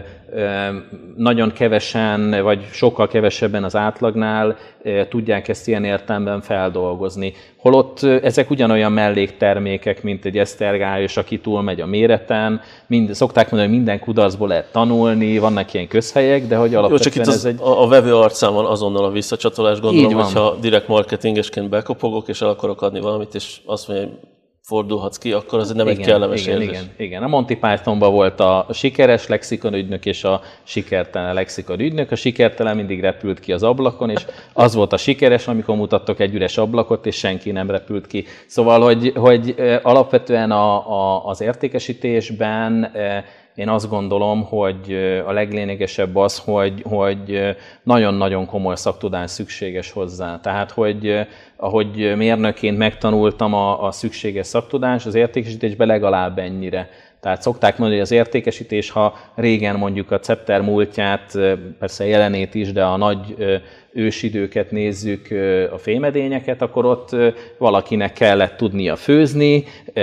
nagyon kevesen, vagy sokkal kevesebben az átlagnál tudják ezt ilyen értelemben feldolgozni. Holott ezek ugyanolyan melléktermékek, mint egy esztergályos, aki túlmegy a méreten. Szokták mondani, hogy minden kudarcból lehet tanulni, vannak ilyen közhelyek, de hogy alapvetően csak itt ez egy... A vevő arcán van azonnal a visszacsatolás, gondolom, hogyha direkt marketingesként bekopogok, és el akarok adni valamit, és azt mondja, hogy fordulhatsz ki, akkor az nem egy kellemes érzés. Igen. A Monty Pythonban volt a sikeres lexikonügynök és a sikertelen lexikonügynök. A sikertelen mindig repült ki az ablakon, és az volt a sikeres, amikor mutattok egy üres ablakot, és senki nem repült ki. Szóval, hogy alapvetően az értékesítésben én azt gondolom, hogy a leglényegesebb az, hogy nagyon-nagyon komoly szaktudás szükséges hozzá. Tehát, hogy ahogy mérnökként megtanultam a szükséges szaktudás, az értékesítésben legalább ennyire. Tehát szokták mondani, hogy az értékesítés, ha régen mondjuk a Cepter múltját, persze jelenét is, de a nagy ősidőket nézzük, a fémedényeket, akkor ott valakinek kellett tudnia főzni,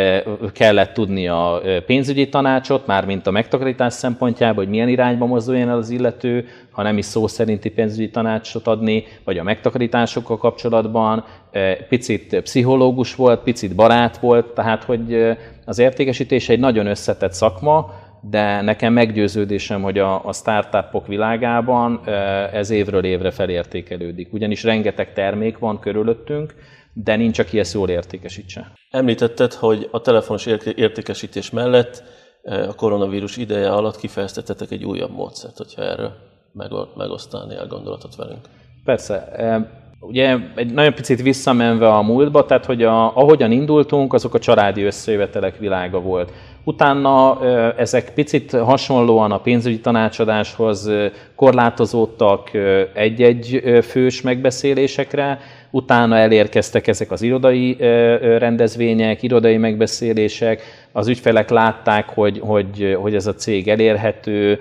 kellett tudnia pénzügyi tanácsot, mármint a megtakarítás szempontjából, hogy milyen irányba mozduljon el az illető, ha nem is szó szerinti pénzügyi tanácsot adni, vagy a megtakarításokkal kapcsolatban, picit pszichológus volt, picit barát volt, tehát hogy az értékesítés egy nagyon összetett szakma, de nekem meggyőződésem, hogy a startupok világában ez évről évre felértékelődik. Ugyanis rengeteg termék van körülöttünk, de nincs, aki ezt jól értékesítse. Említetted, hogy a telefonos értékesítés mellett a koronavírus ideje alatt kifejeztettetek egy újabb módszert, hogyha erről megosztanél gondolatot velünk. Persze. Ugye egy nagyon picit visszamenve a múltba, tehát hogy ahogyan indultunk, azok a családi összejövetelek világa volt. Utána ezek picit hasonlóan a pénzügyi tanácsadáshoz korlátozódtak egy-egy fős megbeszélésekre, utána elérkeztek ezek az irodai rendezvények, irodai megbeszélések, az ügyfelek látták, hogy ez a cég elérhető,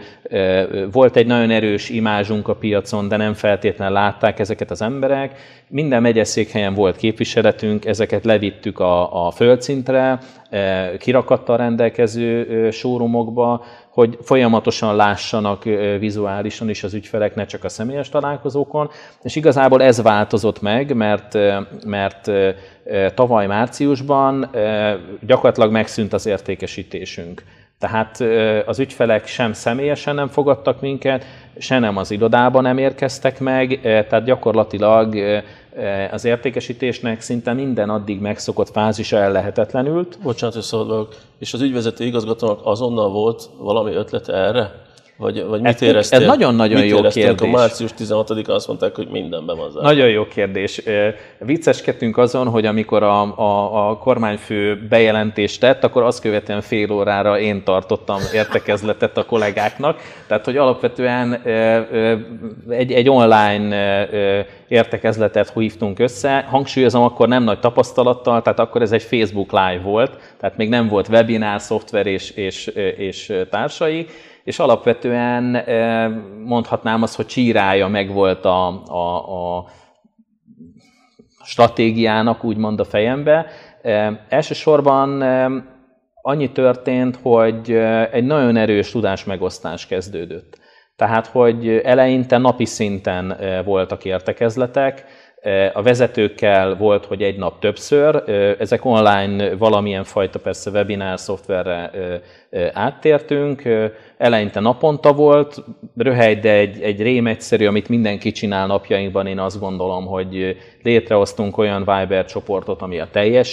volt egy nagyon erős imázsunk a piacon, de nem feltétlenül látták ezeket az emberek. Minden megyeszékhelyen volt képviseletünk, ezeket levittük a földszintre, kirakattal rendelkező showroomokba, hogy folyamatosan lássanak vizuálisan is az ügyfelek, ne csak a személyes találkozókon. És igazából ez változott meg, mert tavaly márciusban gyakorlatilag megszűnt az értékesítésünk. Tehát az ügyfelek sem személyesen nem fogadtak minket, se nem az irodában nem érkeztek meg, tehát gyakorlatilag az értékesítésnek szinte minden addig megszokott fázisa ellehetetlenült. Bocsánat, hogy szabadulok. És az ügyvezető igazgatónak azonnal volt valami ötlete erre? Vagy mit éreztél? Ez nagyon-nagyon jó kérdés. A március 16-án azt mondták, hogy mindenben van zárva. Nagyon jó kérdés. Vicceskedtünk azon, hogy amikor a kormányfő bejelentést tett, akkor azt követően fél órára én tartottam értekezletet a kollégáknak. Tehát, hogy alapvetően egy online értekezletet hívtunk össze. Hangsúlyozom, akkor nem nagy tapasztalattal, tehát akkor ez egy Facebook Live volt, tehát még nem volt webinár, szoftver és társai. És alapvetően mondhatnám azt, hogy csírája megvolt a stratégiának, úgymond a fejembe. Elsősorban annyi történt, hogy egy nagyon erős tudásmegosztás kezdődött. Tehát, hogy eleinte napi szinten voltak értekezletek, A vezetőkkel volt, hogy egy nap többször, ezek online valamilyen fajta persze webinár szoftverre áttértünk, eleinte naponta volt, röhely, de egy rém egyszerű, amit mindenki csinál napjainkban, én azt gondolom, hogy létrehoztunk olyan Viber csoportot, ami a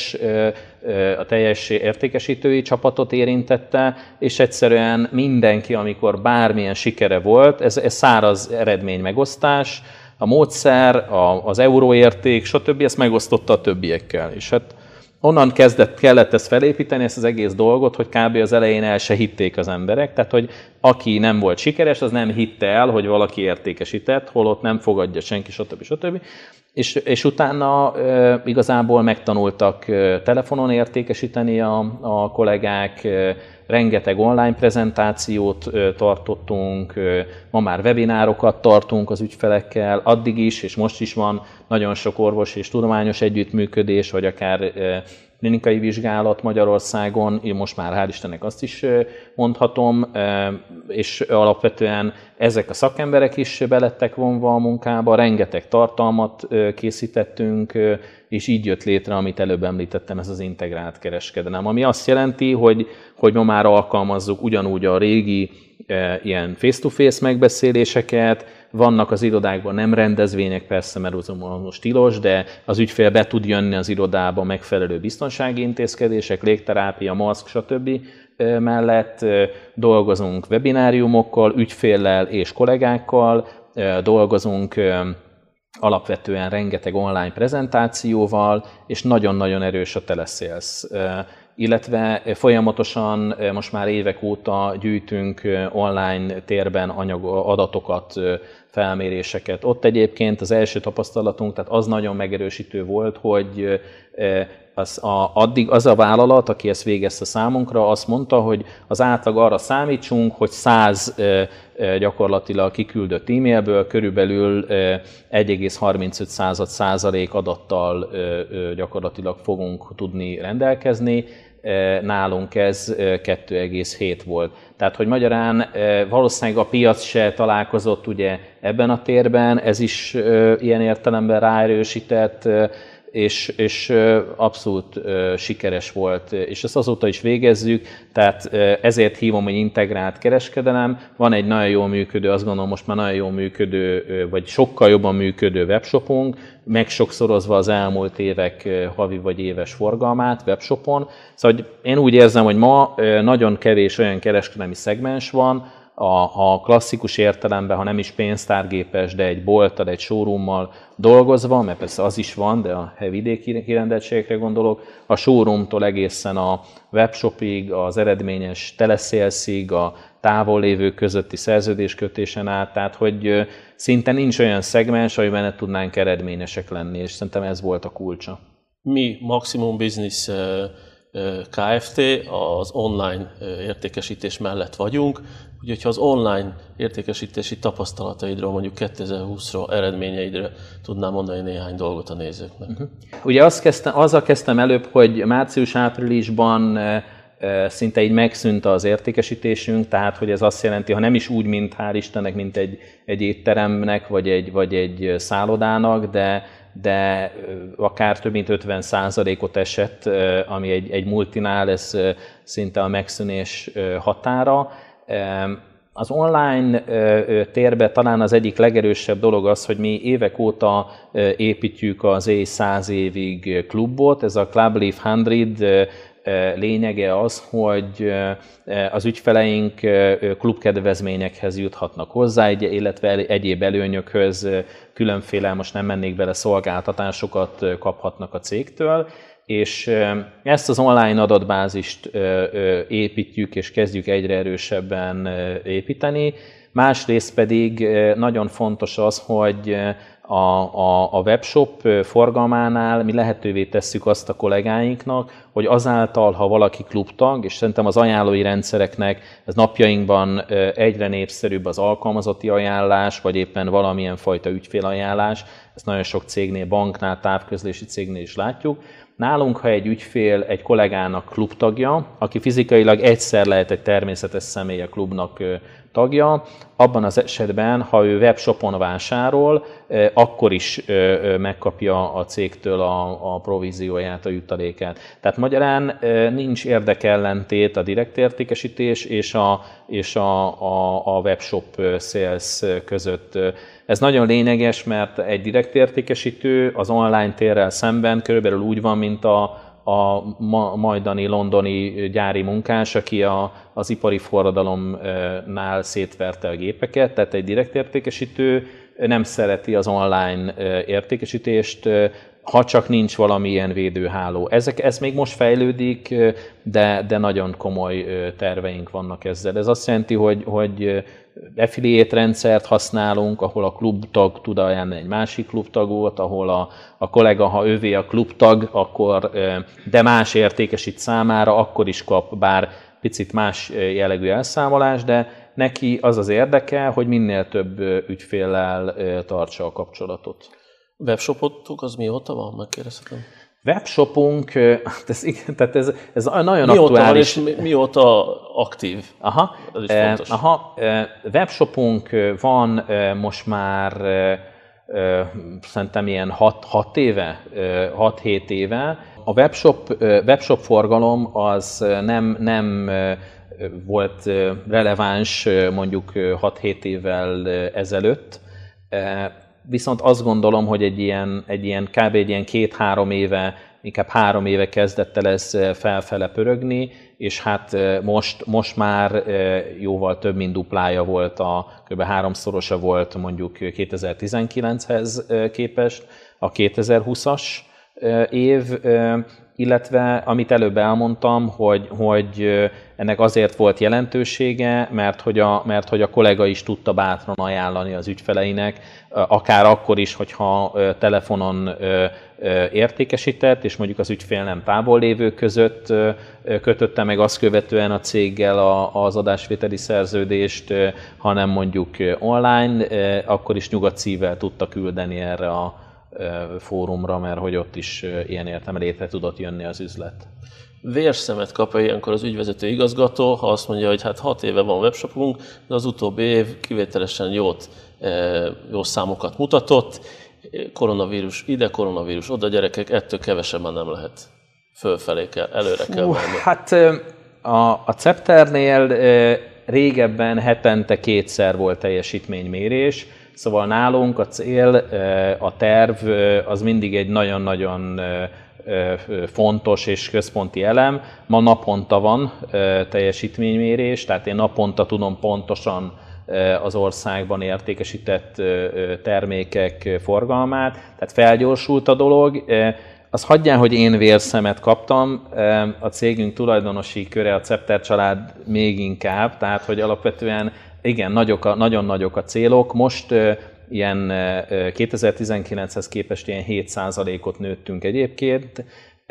teljes értékesítői csapatot érintette, és egyszerűen mindenki, amikor bármilyen sikere volt, ez száraz eredmény megosztás, a módszer, az euróérték, stb. Ezt megosztotta a többiekkel. És hát onnan kellett ezt felépíteni, ezt az egész dolgot, hogy kb. Az elején el se hitték az emberek. Tehát, hogy aki nem volt sikeres, az nem hitte el, hogy valaki értékesített, holott nem fogadja senki, stb. És utána igazából megtanultak telefonon értékesíteni a kollégák, rengeteg online prezentációt tartottunk, ma már webinárokat tartunk az ügyfelekkel, addig is, és most is van nagyon sok orvos és tudományos együttműködés, vagy akár klinikai vizsgálat Magyarországon, én most már hál' Istennek azt is mondhatom, és alapvetően ezek a szakemberek is belettek vonva a munkába, rengeteg tartalmat készítettünk, és így jött létre, amit előbb említettem, ez az integrált kereskedelem, ami azt jelenti, hogy ma már alkalmazzuk ugyanúgy a régi ilyen face-to-face megbeszéléseket, vannak az irodákban nem rendezvények, persze, mert most tilos, de az ügyfél be tud jönni az irodába megfelelő biztonsági intézkedések, légterápia, maszk, stb. Mellett dolgozunk webináriumokkal, ügyféllel és kollégákkal, dolgozunk alapvetően rengeteg online prezentációval, és nagyon-nagyon erős a telesales. Illetve folyamatosan most már évek óta gyűjtünk online térben adatokat, felméréseket. Ott egyébként az első tapasztalatunk, tehát az nagyon megerősítő volt, hogy addig az a vállalat, aki ezt végezte számunkra, azt mondta, hogy az átlag arra számítsunk, hogy 100 gyakorlatilag kiküldött e-mailből körülbelül 1,35% adattal gyakorlatilag fogunk tudni rendelkezni. Nálunk ez 2,7 volt. Tehát, hogy magyarán valószínűleg a piac se találkozott ugye ebben a térben, ez is ilyen értelemben ráerősített, és abszolút sikeres volt, és ezt azóta is végezzük, tehát ezért hívom, hogy integrált kereskedelem. Van egy nagyon jól működő, azt gondolom most már nagyon jól működő, vagy sokkal jobban működő webshopunk, megsokszorozva az elmúlt évek havi vagy éves forgalmát webshopon. Szóval hogy én úgy érzem, hogy ma nagyon kevés olyan kereskedelmi szegmens van, a klasszikus értelemben, ha nem is pénztárgépes, de egy bolttal, egy showroommal dolgozva, mert persze az is van, de a vidéki kirendeltségekre gondolok, a showroomtól egészen a webshopig, az eredményes telesalesig, a távol lévők közötti szerződéskötésen át, tehát hogy szinte nincs olyan szegmens, amiben ne tudnánk eredményesek lenni, és szerintem ez volt a kulcsa. Mi Maximum Business Kft. Az online értékesítés mellett vagyunk, úgyhogy ha az online értékesítési tapasztalataidról, mondjuk 2020-ra eredményeidre tudnám mondani néhány dolgot a nézőknek. Ugye azzal kezdtem előbb, hogy március-áprilisban szinte így megszűnt az értékesítésünk, tehát hogy ez azt jelenti, ha nem is úgy, mint hál' Istennek, mint egy étteremnek, vagy egy szállodának, de akár több mint 50%-ot esett, ami egy multinál, ez szinte a megszűnés határa. Az online térben talán az egyik legerősebb dolog az, hogy mi évek óta építjük az éj 100 évig klubot, ez a Club Live 100 lényege az, hogy az ügyfeleink klubkedvezményekhez juthatnak hozzá, illetve egyéb előnyökhöz, különféle, most nem mennék bele, szolgáltatásokat kaphatnak a cégtől, és ezt az online adatbázist építjük és kezdjük egyre erősebben építeni. Másrészt pedig nagyon fontos az, hogy a webshop forgalmánál mi lehetővé tesszük azt a kollégáinknak, hogy azáltal, ha valaki klubtag, és szerintem az ajánlói rendszereknek ez napjainkban egyre népszerűbb az alkalmazotti ajánlás, vagy éppen valamilyen fajta ügyfélajánlás, ezt nagyon sok cégnél, banknál, távközlési cégnél is látjuk. Nálunk, ha egy ügyfél egy kollégának klubtagja, aki fizikailag egyszer lehet egy természetes személy a klubnak tagja, abban az esetben, ha ő webshopon vásárol, akkor is megkapja a cégtől a provízióját, a jutalékát. Tehát magyarán nincs érdekellentét a direkt értékesítés és a webshop sales között. Ez nagyon lényeges, mert egy direkt értékesítő az online térrel szemben körülbelül úgy van, mint a majdani londoni gyári munkás, aki az ipari forradalomnál szétverte a gépeket, tehát egy direkt értékesítő nem szereti az online értékesítést, ha csak nincs valamilyen védőháló. Ez még most fejlődik, de nagyon komoly terveink vannak ezzel. Ez azt jelenti, hogy affiliate rendszert használunk, ahol a klubtag tud ajánlani egy másik klubtagot, ahol a kollega, ha ővé a klubtag, akkor, de más értékesít számára, akkor is kap bár picit más jellegű elszámolás, de neki az az érdeke, hogy minél több ügyféllel tartsa a kapcsolatot. Webshopotok az mióta van, megkérdezhetem? Webshopunk, tehát ez nagyon aktuális. Van, és mióta aktív? Aha, ez is fontos. Webshopunk van most már szerintem ilyen 6 éve, 6-7 éve. A webshop forgalom az nem volt releváns mondjuk 6-7 évvel ezelőtt. Viszont azt gondolom, hogy egy ilyen kb. Egy ilyen 2-3 éve, inkább 3 éve kezdett el ez felfele pörögni, és hát most már jóval több mint duplája volt, kb. 3-szorosa volt mondjuk 2019-hez képest a 2020-as év, illetve amit előbb elmondtam, hogy ennek azért volt jelentősége, mert hogy a kollega is tudta bátran ajánlani az ügyfeleinek, akár akkor is, hogyha telefonon értékesített, és mondjuk az ügyfél nem távol lévő között kötötte meg azt követően a céggel az adásvételi szerződést, hanem mondjuk online, akkor is nyugodt szívvel tudta küldeni erre a fórumra, mert hogy ott is ilyen értelemben létre tudott jönni az üzlet. Vérszemet kap-e ilyenkor az ügyvezető igazgató, ha azt mondja, hogy hát 6 éve van webshopunk, de az utóbbi év kivételesen jó számokat mutatott, koronavírus ide, koronavírus oda, gyerekek, ettől kevesebben nem lehet. Fölfelé kell, előre kell menni. Hát a Cepternél régebben hetente 2-szer volt teljesítménymérés, szóval nálunk a cél, a terv az mindig egy nagyon-nagyon fontos és központi elem. Ma naponta van teljesítménymérés, tehát én naponta tudom pontosan az országban értékesített termékek forgalmát, tehát felgyorsult a dolog. Azt hagyján, hogy én vérszemet kaptam, a cégünk tulajdonosi köre, a Cepter család még inkább, tehát hogy alapvetően igen, nagyon nagyok a célok. Most ilyen 2019-hez képest ilyen 7%-ot nőttünk egyébként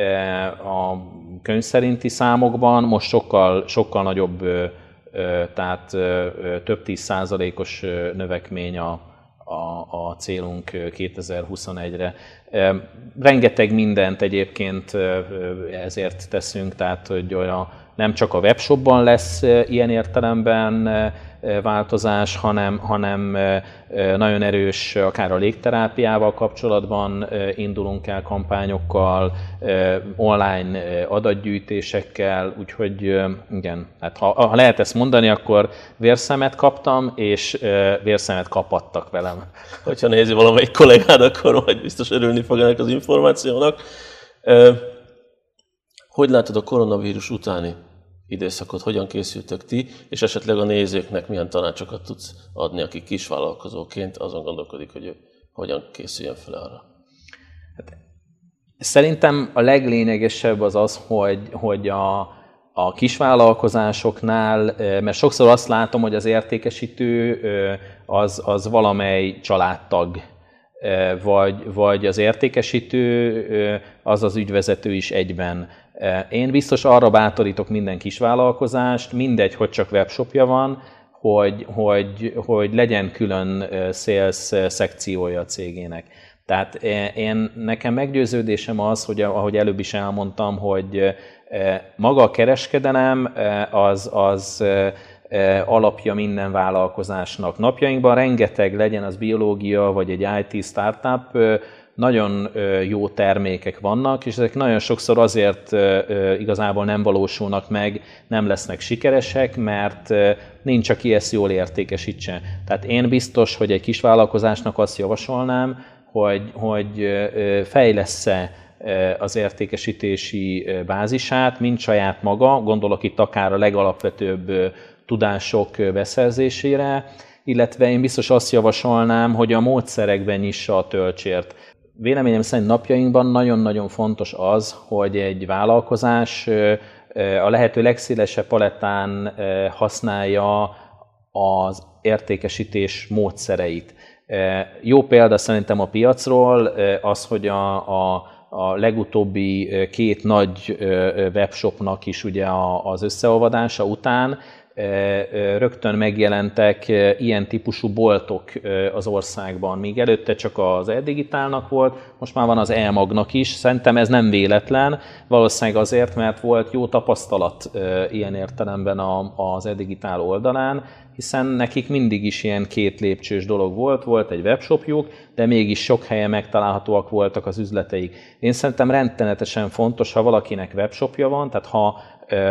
a könyv szerinti számokban, most sokkal nagyobb, tehát több 10%-os növekmény a célunk 2021-re. Rengeteg mindent egyébként ezért teszünk, tehát hogy nem csak a webshopban lesz ilyen értelemben változás, hanem nagyon erős, akár a légterápiával kapcsolatban indulunk el kampányokkal, online adatgyűjtésekkel, úgyhogy igen, hát ha lehet ezt mondani, akkor vérszemet kaptam, és vérszemet kapattak velem. Hogyha nézi valamelyik kollégád, akkor majd biztos örülni fog ennek az információnak. Hogy látod a koronavírus utáni időszakot, hogyan készültök ti, és esetleg a nézőknek milyen tanácsokat tudsz adni, akik kisvállalkozóként azon gondolkodik, hogy hogyan készüljön fel arra? Szerintem a leglényegesebb az, hogy a kisvállalkozásoknál, mert sokszor azt látom, hogy az értékesítő az valamely családtag, vagy az értékesítő az ügyvezető is egyben. Én biztos arra bátorítok minden kisvállalkozást, mindegy, hogy csak webshopja van, hogy legyen külön sales szekciója a cégének. Tehát nekem meggyőződésem az, hogy ahogy előbb is elmondtam, hogy maga a kereskedelem az alapja minden vállalkozásnak. Napjainkban rengeteg, legyen az biológia vagy egy IT startup, nagyon jó termékek vannak, és ezek nagyon sokszor azért igazából nem valósulnak meg, nem lesznek sikeresek, mert nincs, aki ezt jól értékesítse. Tehát én biztos, hogy egy kis vállalkozásnak azt javasolnám, hogy fejlessze az értékesítési bázisát, mind saját maga, gondolok itt akár a legalapvetőbb tudások beszerzésére, illetve én biztos azt javasolnám, hogy a módszerekben nyissa a töltsért. Véleményem szerint napjainkban nagyon-nagyon fontos az, hogy egy vállalkozás a lehető legszélesebb palettán használja az értékesítés módszereit. Jó példa szerintem a piacról az, hogy a legutóbbi 2 nagy webshopnak is ugye az összeolvadása után rögtön megjelentek ilyen típusú boltok az országban. Míg előtte csak az e-digitálnak volt, most már van az e-magnak is. Szerintem ez nem véletlen, valószínűleg azért, mert volt jó tapasztalat ilyen értelemben az e-digitál oldalán, hiszen nekik mindig is ilyen 2 lépcsős dolog volt egy webshopjuk, de mégis sok helyen megtalálhatóak voltak az üzleteik. Én szerintem rettenetesen fontos, ha valakinek webshopja van, tehát ha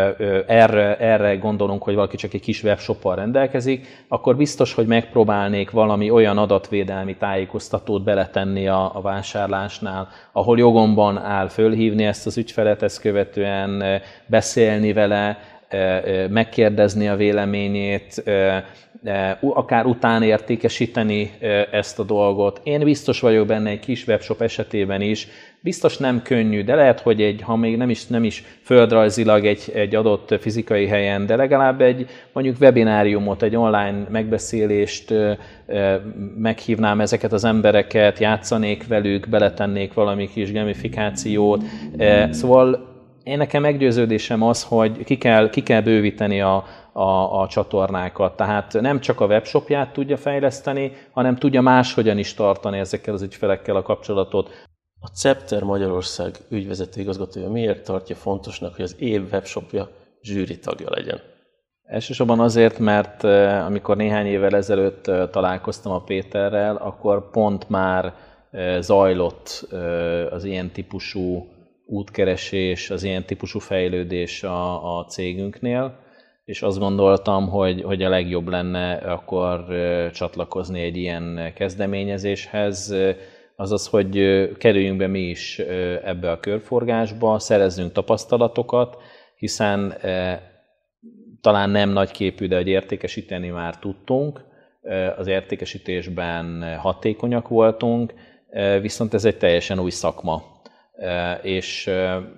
erre gondolunk, hogy valaki csak egy kis webshoppal rendelkezik, akkor biztos, hogy megpróbálnék valami olyan adatvédelmi tájékoztatót beletenni a vásárlásnál, ahol jogomban áll fölhívni ezt az ügyfelet, ezt követően beszélni vele, megkérdezni a véleményét, akár utána értékesíteni ezt a dolgot. Én biztos vagyok benne egy kis webshop esetében is, biztos nem könnyű, de lehet, hogy ha még nem is földrajzilag egy adott fizikai helyen, de legalább egy mondjuk webináriumot, egy online megbeszélést, meghívnám ezeket az embereket, játszanék velük, beletennék valami kis gamifikációt. Szóval nekem meggyőződésem az, hogy ki kell bővíteni a csatornákat. Tehát nem csak a webshopját tudja fejleszteni, hanem tudja máshogyan is tartani ezekkel az ügyfelekkel a kapcsolatot. A Cepter Magyarország ügyvezető igazgatója miért tartja fontosnak, hogy az év webshopja zsűri tagja legyen? Elsősorban azért, mert amikor néhány évvel ezelőtt találkoztam a Péterrel, akkor pont már zajlott az ilyen típusú útkeresés, az ilyen típusú fejlődés a cégünknél, és azt gondoltam, hogy a legjobb lenne akkor csatlakozni egy ilyen kezdeményezéshez, azaz, hogy kerüljünk be mi is ebbe a körforgásba, szerezzünk tapasztalatokat, hiszen talán nem nagyképű, de hogy értékesíteni már tudtunk, az értékesítésben hatékonyak voltunk, viszont ez egy teljesen új szakma. És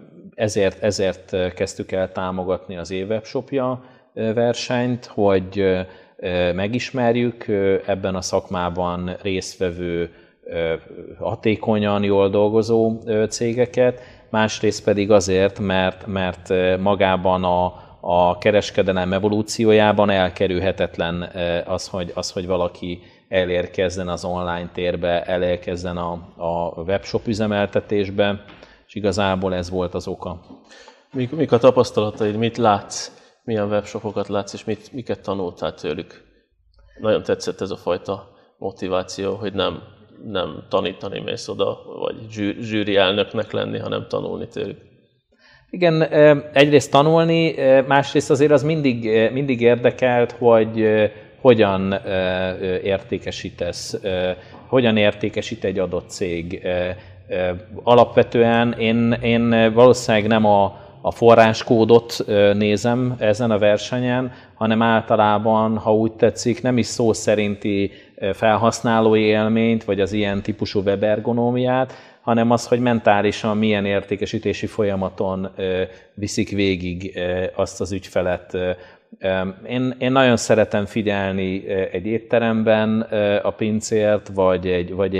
ezért kezdtük el támogatni az e-webshopja versenyt, hogy megismerjük ebben a szakmában résztvevő, hatékonyan, jól dolgozó cégeket, másrészt pedig azért, mert magában a kereskedelem evolúciójában elkerülhetetlen az, hogy valaki elérkezzen az online térbe, elérkezzen a webshop üzemeltetésbe, és igazából ez volt az oka. Mik a tapasztalataid, mit látsz, milyen webshopokat látsz, és miket tanultál tőlük? Nagyon tetszett ez a fajta motiváció, hogy nem tanítani mész oda, vagy zsűri elnöknek lenni, hanem tanulni tőlük. Igen, egyrészt tanulni, másrészt azért az mindig érdekelt, hogy hogyan értékesítesz, hogyan értékesít egy adott cég. Alapvetően én valószínűleg nem a forráskódot nézem ezen a versenyen, hanem általában, ha úgy tetszik, nem is szó szerinti felhasználói élményt, vagy az ilyen típusú webergonómiát, hanem az, hogy mentálisan milyen értékesítési folyamaton viszik végig azt az ügyfelet. Én nagyon szeretem figyelni egy étteremben a pincért, vagy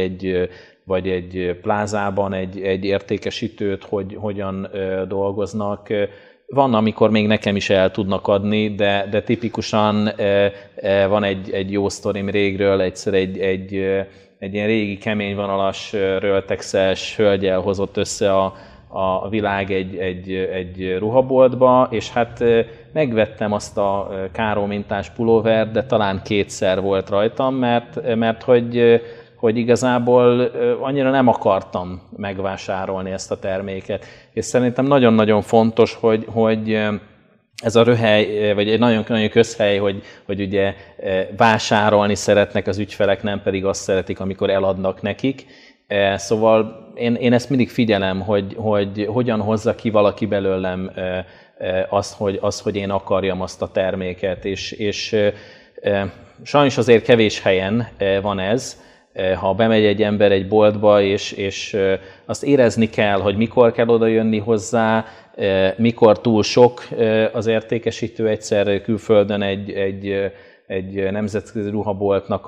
egy plázában egy értékesítőt, hogy hogyan dolgoznak. Van, amikor még nekem is el tudnak adni, de tipikusan van egy jó sztorim régről, egyszer egy ilyen régi keményvonalas, röltexes hölgyel hozott össze a világ egy ruhaboltba, és hát megvettem azt a Káró mintás pulóvert, de talán 2-szer volt rajtam, mert hogy igazából annyira nem akartam megvásárolni ezt a terméket. És szerintem nagyon-nagyon fontos, hogy ez a röhely, vagy egy nagyon-nagyon közhely, hogy ugye vásárolni szeretnek az ügyfelek, nem pedig azt szeretik, amikor eladnak nekik. Szóval én ezt mindig figyelem, hogy hogyan hozza ki valaki belőlem azt, hogy én akarjam azt a terméket. És sajnos azért kevés helyen van ez. Ha bemegy egy ember egy boltba, és azt érezni kell, hogy mikor kell oda jönni hozzá, mikor túl sok az értékesítő. Egyszer külföldön egy nemzetközi ruhaboltnak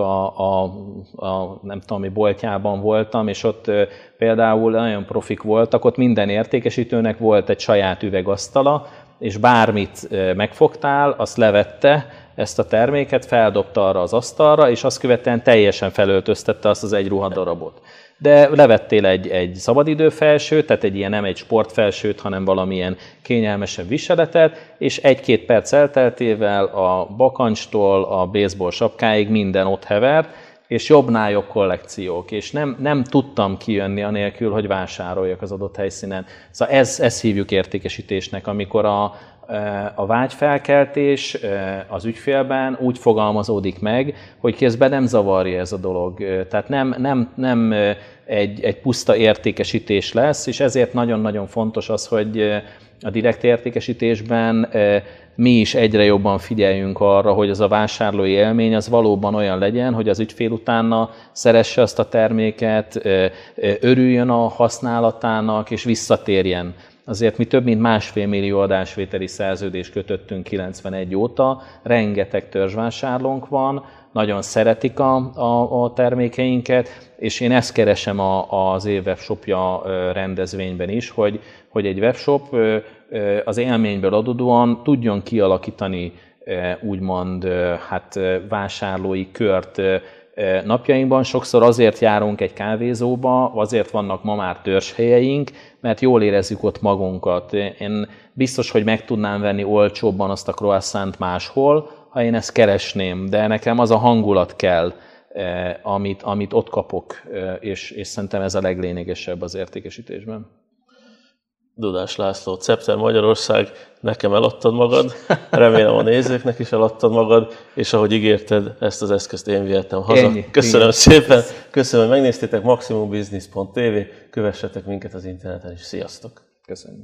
a nem tudom mi boltjában voltam, és ott például nagyon profik voltak, ott minden értékesítőnek volt egy saját üvegasztala, és bármit megfogtál, azt levette, ezt a terméket, feldobta arra az asztalra, és azt követően teljesen felöltöztette azt az egy ruhadarabot. De levettél egy szabadidőfelsőt, tehát nem egy sportfelsőt, hanem valamilyen kényelmesebb viseletet, és 1-2 perc elteltével a bakancstól a baseball sapkáig minden ott hevert, és jobbnál jobb kollekciók, és nem tudtam kijönni anélkül, hogy vásároljak az adott helyszínen. Szóval ezt hívjuk értékesítésnek, amikor a vágyfelkeltés az ügyfélben úgy fogalmazódik meg, hogy közben nem zavarja ez a dolog. Tehát nem egy puszta értékesítés lesz, és ezért nagyon-nagyon fontos az, hogy a direkt értékesítésben mi is egyre jobban figyeljünk arra, hogy az a vásárlói élmény az valóban olyan legyen, hogy az ügyfél utána szeresse azt a terméket, örüljön a használatának, és visszatérjen. Azért mi több mint 1,5 millió adásvételi szerződést kötöttünk 91 óta, rengeteg törzsvásárlónk van, nagyon szeretik a termékeinket, és én ezt keresem az év webshopja rendezvényben is, hogy egy webshop az élményből adódóan tudjon kialakítani úgymond vásárlói kört. Napjainkban sokszor azért járunk egy kávézóba, azért vannak ma már törzshelyeink, mert jól érezzük ott magunkat. Én biztos, hogy meg tudnám venni olcsóbban azt a croissant máshol, ha én ezt keresném, de nekem az a hangulat kell, amit ott kapok, és szerintem ez a leglényegesebb az értékesítésben. Dudás László, Cepter Magyarország, nekem eladtad magad, remélem a nézőknek is eladtad magad, és ahogy ígérted, ezt az eszközt én vihettem haza. Ennyi. Köszönöm szépen, köszönöm, hogy megnéztétek, maximumbusiness.tv, kövessetek minket az interneten is, sziasztok! Köszönjük!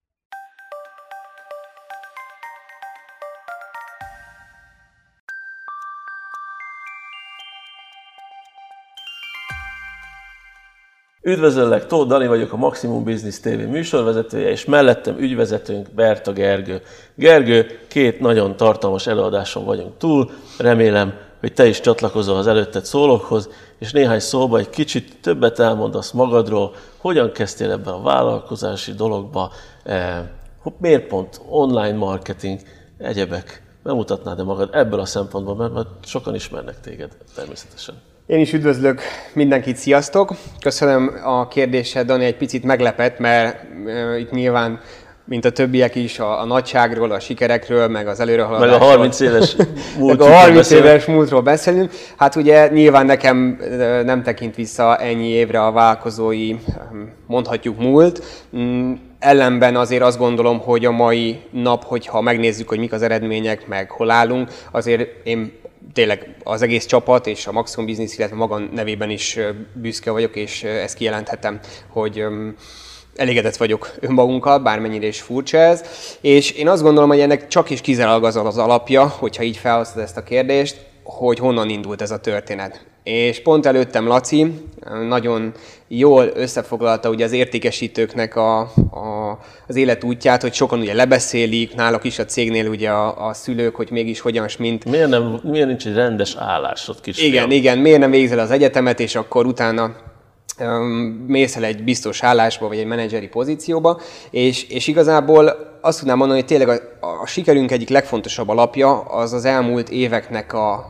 Üdvözöllek, Tóth Dani vagyok, a Maximum Business TV műsorvezetője, és mellettem ügyvezetőnk Berta Gergő. Gergő, 2 nagyon tartalmas előadáson vagyunk túl, remélem, hogy te is csatlakozol az előtted szólókhoz, és néhány szóba egy kicsit többet elmondasz magadról, hogyan kezdtél ebben a vállalkozási dologba, miért pont online marketing, egyebek. Bemutatnád-e magad ebből a szempontból, mert sokan ismernek téged természetesen. Én is üdvözlök mindenkit, sziasztok! Köszönöm a kérdésed, Dani, egy picit meglepett, mert itt nyilván, mint a többiek is, a nagyságról, a sikerekről, meg az előrehaladásról. Meg a 30 éves múltról meg a 30 éves múltról beszélünk. Hát ugye nyilván nekem nem tekint vissza ennyi évre a vállalkozói, mondhatjuk múlt. Ellenben azért azt gondolom, hogy a mai nap, hogyha megnézzük, hogy mik az eredmények, meg hol állunk, azért én tényleg az egész csapat és a Maximum Business, illetve magam nevében is büszke vagyok, és ezt kijelenthetem, hogy elégedett vagyok önmagunkkal, bármennyire is furcsa ez. És én azt gondolom, hogy ennek csak is kizárólag az alapja, hogyha így felhoztad ezt a kérdést, hogy honnan indult ez a történet. És pont előttem Laci nagyon jól összefoglalta ugye az értékesítőknek az életútját, hogy sokan ugye lebeszélik, náluk is a cégnél ugye a szülők, hogy mégis hogyan, mint... Miért nincs egy rendes állásod, kisfiam? Igen, miért nem végzel az egyetemet, és akkor utána mész el egy biztos állásba, vagy egy menedzseri pozícióba, és igazából azt tudnám mondani, hogy tényleg a sikerünk egyik legfontosabb alapja az az elmúlt éveknek a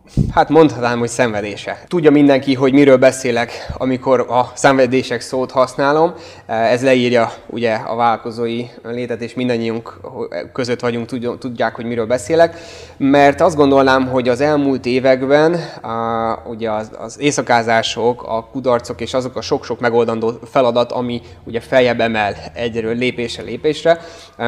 Hát mondhatnám, hogy szenvedése. Tudja mindenki, hogy miről beszélek, amikor a szenvedések szót használom. Ez leírja ugye a vállalkozói létet, és mindannyiunk között vagyunk, tudják, hogy miről beszélek. Mert azt gondolnám, hogy az elmúlt években ugye az éjszakázások, a kudarcok és azok a sok-sok megoldandó feladat, ami ugye feljebb emel egyről lépésre lépésre,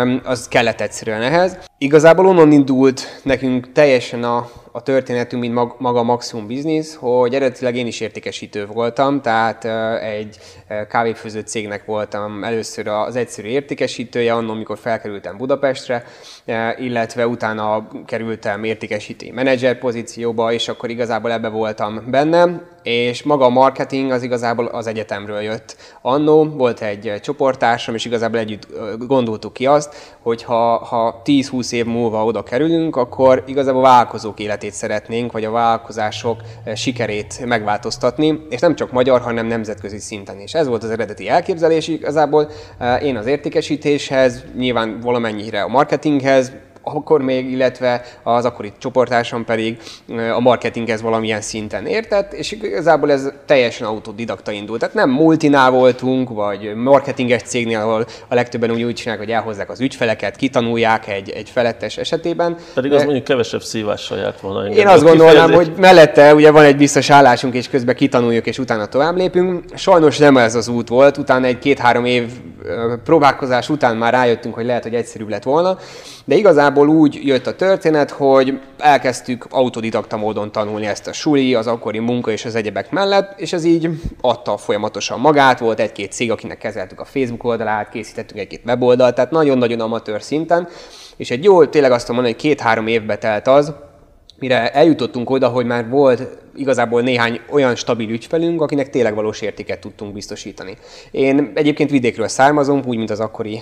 az kellett egyszerűen ehhez. Igazából onnan indult nekünk teljesen a történetünk, mint maga a Maximum Business, hogy eredetileg én is értékesítő voltam, tehát egy kávéfőző cégnek voltam először az egyszerű értékesítője, annak, amikor felkerültem Budapestre, illetve utána kerültem értékesítői menedzser pozícióba, és akkor igazából ebbe voltam benne, és maga a marketing az igazából az egyetemről jött. Annó volt egy csoporttársam, és igazából együtt gondoltuk ki azt, hogy ha 10-20 év múlva oda kerülünk, akkor igazából vállalkozók életét szeretnénk, vagy a vállalkozások sikerét megváltoztatni, és nem csak magyar, hanem nemzetközi szinten is. Ez volt az eredeti elképzelés igazából. Én az értékesítéshez, nyilván valamennyire a marketinghez, akkor még, illetve az akkori csoporttársam pedig a marketinghez valamilyen szinten értett, és igazából ez teljesen autodidakta indult. Tehát nem multinál voltunk, vagy marketinges cégnél, ahol a legtöbben úgy csinálják, hogy elhozzák az ügyfeleket, kitanulják egy felettes esetében. Pedig az mondjuk kevesebb szívással járt volna. Én azt gondolnám, hogy mellette ugye van egy biztos állásunk, és közben kitanuljuk, és utána tovább lépünk. Sajnos nem ez az út volt, utána egy 2-3 év próbálkozás után már rájöttünk, hogy lehet, hogy egyszerűbb lett volna, de igazából úgy jött a történet, hogy elkezdtük autodidakta módon tanulni ezt a suli, az akkori munka és az egyebek mellett, és ez így adta folyamatosan magát, volt egy-két cég, akinek kezeltük a Facebook oldalát, készítettünk egy-két weboldalt, tehát nagyon-nagyon amatőr szinten, és egy jó, tényleg azt mondani, hogy 2-3 évbe telt az, mire eljutottunk oda, hogy már volt igazából néhány olyan stabil ügyfelünk, akinek tényleg valós értéket tudtunk biztosítani. Én egyébként vidékről származom, úgy, mint az akkori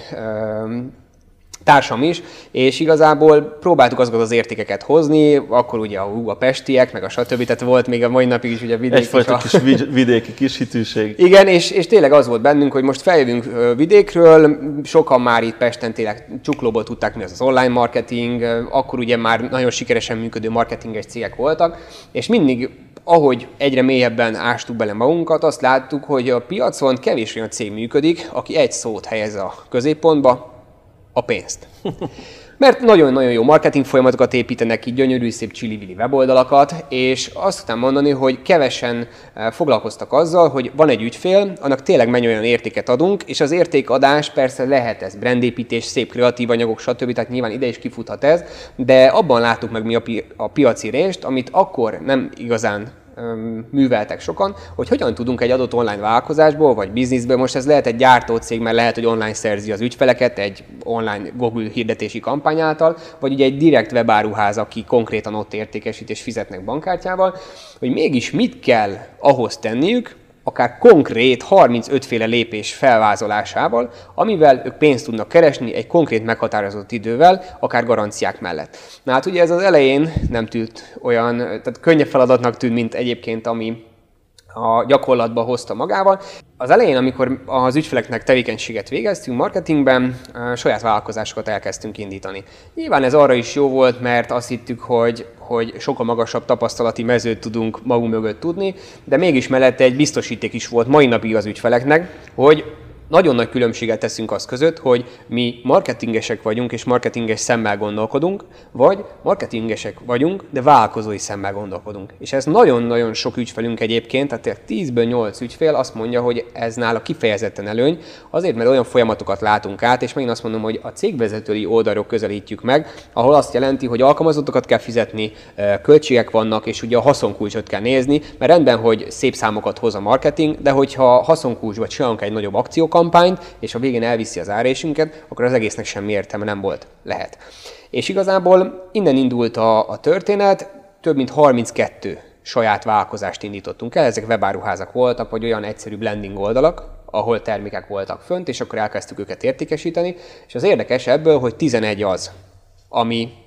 társam is, és igazából próbáltuk azokat az értékeket hozni, akkor ugye a pestiek, meg a stb. Tehát volt még a mai napig is ugye vidék. Egyfajta kis vidéki kis hitűség. Igen, és tényleg az volt bennünk, hogy most feljövünk vidékről, sokan már itt Pesten tényleg csuklóból tudták, mi az online marketing, akkor ugye már nagyon sikeresen működő marketinges cégek voltak, és mindig ahogy egyre mélyebben ástuk bele magunkat, azt láttuk, hogy a piacon kevés olyan cég működik, aki egy szót helyez a középpontba, a pénzt. Mert nagyon-nagyon jó marketing folyamatokat építenek ki, gyönyörű, szép csili-vili weboldalakat, és azt tudtam mondani, hogy kevesen foglalkoztak azzal, hogy van egy ügyfél, annak tényleg mennyi olyan értéket adunk, és az értékadás persze lehet ez, brandépítés, szép kreatív anyagok, stb. Tehát nyilván ide is kifuthat ez, de abban láttuk meg mi a piaci részt, amit akkor nem igazán műveltek sokan, hogy hogyan tudunk egy adott online vállalkozásból, vagy bizniszből, most ez lehet egy gyártócég, mert lehet, hogy online szerzi az ügyfeleket egy online Google hirdetési kampány által, vagy ugye egy direkt webáruház, aki konkrétan ott értékesít és fizetnek bankkártyával, hogy mégis mit kell ahhoz tenniük, akár konkrét 35 féle lépés felvázolásával, amivel ők pénzt tudnak keresni egy konkrét meghatározott idővel, akár garanciák mellett. Na hát ugye ez az elején nem tűnt olyan, tehát könnyebb feladatnak tűnt, mint egyébként ami a gyakorlatba hozta magával. Az elején, amikor az ügyfeleknek tevékenységet végeztünk marketingben, saját vállalkozásokat elkezdtünk indítani. Nyilván ez arra is jó volt, mert azt hittük, hogy sokkal magasabb tapasztalati mezőt tudunk magunk mögött tudni, de mégis mellette egy biztosíték is volt mai napig az ügyfeleknek, hogy nagyon nagy különbséget teszünk az között, hogy mi marketingesek vagyunk, és marketinges szemmel gondolkodunk, vagy marketingesek vagyunk, de vállalkozói szemmel gondolkodunk. És ez nagyon-nagyon sok ügyfelünk egyébként, tehát 10-ből 8 ügyfél azt mondja, hogy ez nála kifejezetten előny, azért, mert olyan folyamatokat látunk át, és megint azt mondom, hogy a cégvezetői oldalról közelítjük meg, ahol azt jelenti, hogy alkalmazottakat kell fizetni, költségek vannak, és ugye a haszonkulcsot kell nézni, mert rendben, hogy szép számokat hoz a marketing, de hogyha haszonkulcsba csinálunk egy nagyobb akciókampányt, és a végén elviszi az árésünket, akkor az egésznek semmi értelme nem volt. Lehet. És igazából innen indult a történet, több mint 32 saját vállalkozást indítottunk el, ezek webáruházak voltak, vagy olyan egyszerű blending oldalak, ahol termékek voltak fönt, és akkor elkezdtük őket értékesíteni, és az érdekes ebből, hogy 11 az, ami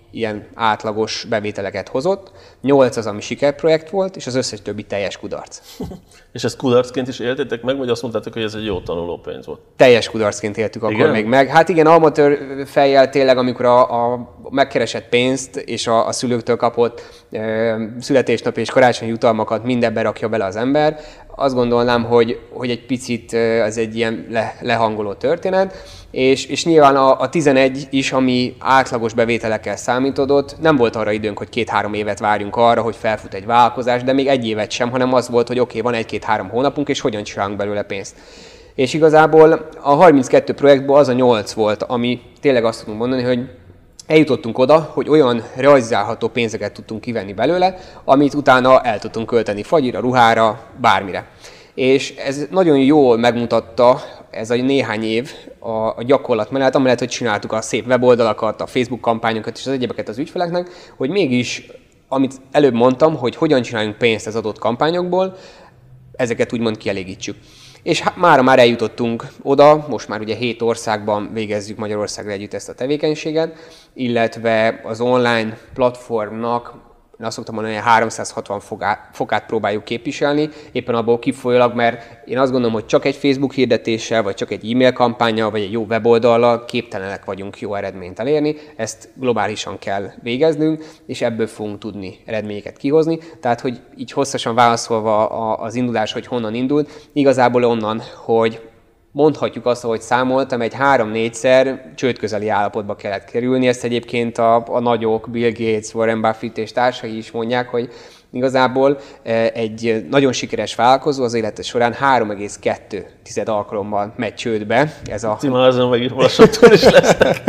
ilyen átlagos bevételeket hozott, 8 az, ami sikerprojekt volt, és az összes többi teljes kudarc. És ezt kudarcként is éltétek meg, vagy azt mondtátok, hogy ez egy jó tanulópénz volt? Teljes kudarcként éltük akkor Igen? még meg. Hát igen, amatőr fejjel tényleg, amikor a megkeresett pénzt és a szülőktől kapott születésnapi és karácsonyi jutalmakat mindenbe rakja bele az ember, azt gondolnám, hogy egy picit az egy ilyen lehangoló történet, és nyilván a 11 is, ami átlagos bevételekkel számítódott, nem volt arra időnk, hogy 2-3 évet várjunk arra, hogy felfut egy vállalkozás, de még egy évet sem, hanem az volt, hogy oké, van 1-2-3 hónapunk, és hogyan csinálunk belőle pénzt. És igazából a 32 projektból az a 8 volt, ami tényleg azt tudom mondani, hogy eljutottunk oda, hogy olyan realizálható pénzeket tudtunk kivenni belőle, amit utána el tudtunk költeni fagyira, ruhára, bármire. És ez nagyon jól megmutatta ez a néhány év a gyakorlat mellett, amellett, hogy csináltuk a szép weboldalakat, a Facebook kampányokat és az egyebeket az ügyfeleknek, hogy mégis, amit előbb mondtam, hogy hogyan csináljunk pénzt az adott kampányokból, ezeket úgymond kielégítsük. És mára már eljutottunk oda, most már ugye 7 országban végezzük Magyarországra együtt ezt a tevékenységet, illetve az online platformnak, én azt szoktam mondani, hogy 360 fokát próbáljuk képviselni, éppen abból kifolyólag, mert én azt gondolom, hogy csak egy Facebook hirdetéssel, vagy csak egy e-mail kampánnyal, vagy egy jó weboldallal képtelenek vagyunk jó eredményt elérni, ezt globálisan kell végeznünk, és ebből fogunk tudni eredményeket kihozni. Tehát, hogy így hosszasan válaszolva az indulás, hogy honnan indult, igazából onnan, hogy mondhatjuk azt, ahogy számoltam, egy 3-4-szer csődközeli állapotba kellett kerülni. Ezt egyébként a nagyok, Bill Gates, Warren Buffett és társai is mondják, hogy igazából egy nagyon sikeres vállalkozó az élete során 3,2 alkalommal megy csődbe. Ti már ezen megint lassattól is lesznek.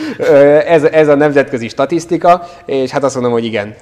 Ez a nemzetközi statisztika, és hát azt mondom, hogy igen,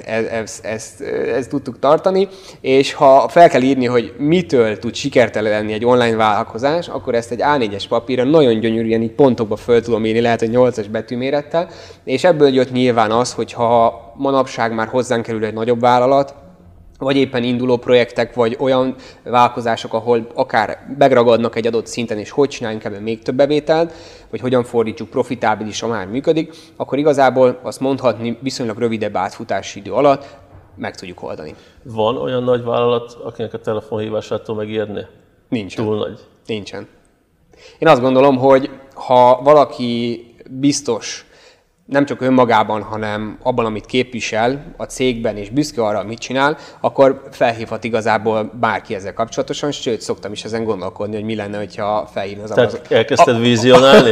ezt tudtuk tartani, és ha fel kell írni, hogy mitől tud sikertelen lenni egy online vállalkozás, akkor ezt egy A4-es papírra nagyon gyönyörűen így pontokba föl tudom írni, lehet, hogy 8-as betűmérettel, és ebből jött nyilván az, hogy ha manapság már hozzánk kerül egy nagyobb vállalat, vagy éppen induló projektek, vagy olyan vállalkozások, ahol akár megragadnak egy adott szinten, és hogy csináljunk ebből még több bevételt, vagy hogyan fordítsuk profitábilis, ha már működik, akkor igazából azt mondhatni viszonylag rövidebb átfutási idő alatt meg tudjuk oldani. Van olyan nagy vállalat, akinek a telefonhívásától megijedni? Nincsen. Túl nagy? Nincsen. Én azt gondolom, hogy ha valaki biztos, nem csak önmagában, hanem abban, amit képvisel a cégben, és büszke arra, mit csinál, akkor felhívhat igazából bárki ezzel kapcsolatosan, sőt, szoktam is ezen gondolkodni, hogy mi lenne, hogyha felhívna az Amazon. Tehát elkezdted vizionálni?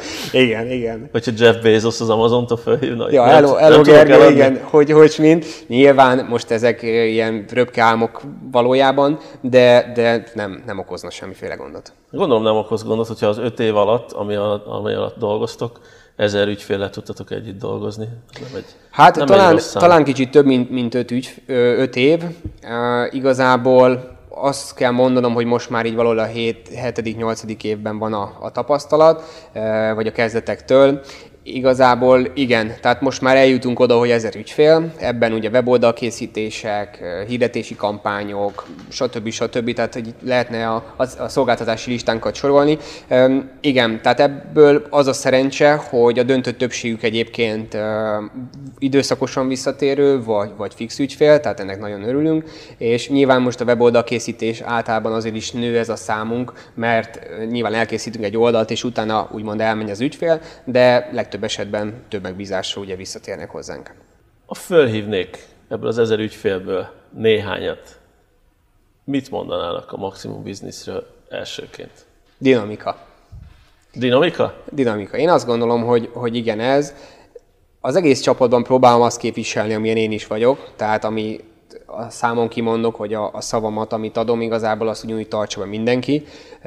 Igen. Vagy hogy Jeff Bezos az Amazontól felhívna? Ja, hello Gergő, igen, hogy mind. Nyilván most ezek ilyen röpkeálmok valójában, de nem okozna semmiféle gondot. Gondolom nem okoz gondot, hogyha az 5 év alatt, ami alatt dolgoztok, 1000 ügyféllel tudtatok együtt dolgozni. Hát talán kicsit több, mint 5 év. Igazából azt kell mondanom, hogy most már így valahol a 7.-8. évben van a tapasztalat, vagy a kezdetektől. Igazából igen, tehát most már eljutunk oda, hogy 1000 ügyfél, ebben ugye weboldalkészítések, hirdetési kampányok, stb. Tehát hogy lehetne a szolgáltatási listánkat sorolni. Igen, tehát ebből az a szerencse, hogy a döntő többségük egyébként időszakosan visszatérő, vagy fix ügyfél, tehát ennek nagyon örülünk, és nyilván most a weboldalkészítés általában azért is nő ez a számunk, mert nyilván elkészítünk egy oldalt, és utána úgymond elmegy az ügyfél, de legtöbb esetben több megbízásra ugye visszatérnek hozzánk. Ha fölhívnék ebből az 1000 ügyfélből néhányat, mit mondanának a Maximum Businessről elsőként? Dinamika. Dinamika? Dinamika. Én azt gondolom, hogy igen ez. Az egész csapatban próbálom azt képviselni, amilyen én is vagyok, tehát ami a számon kimondok, hogy a szavamat, amit adom, igazából azt ugyanúgy tartsa be mindenki.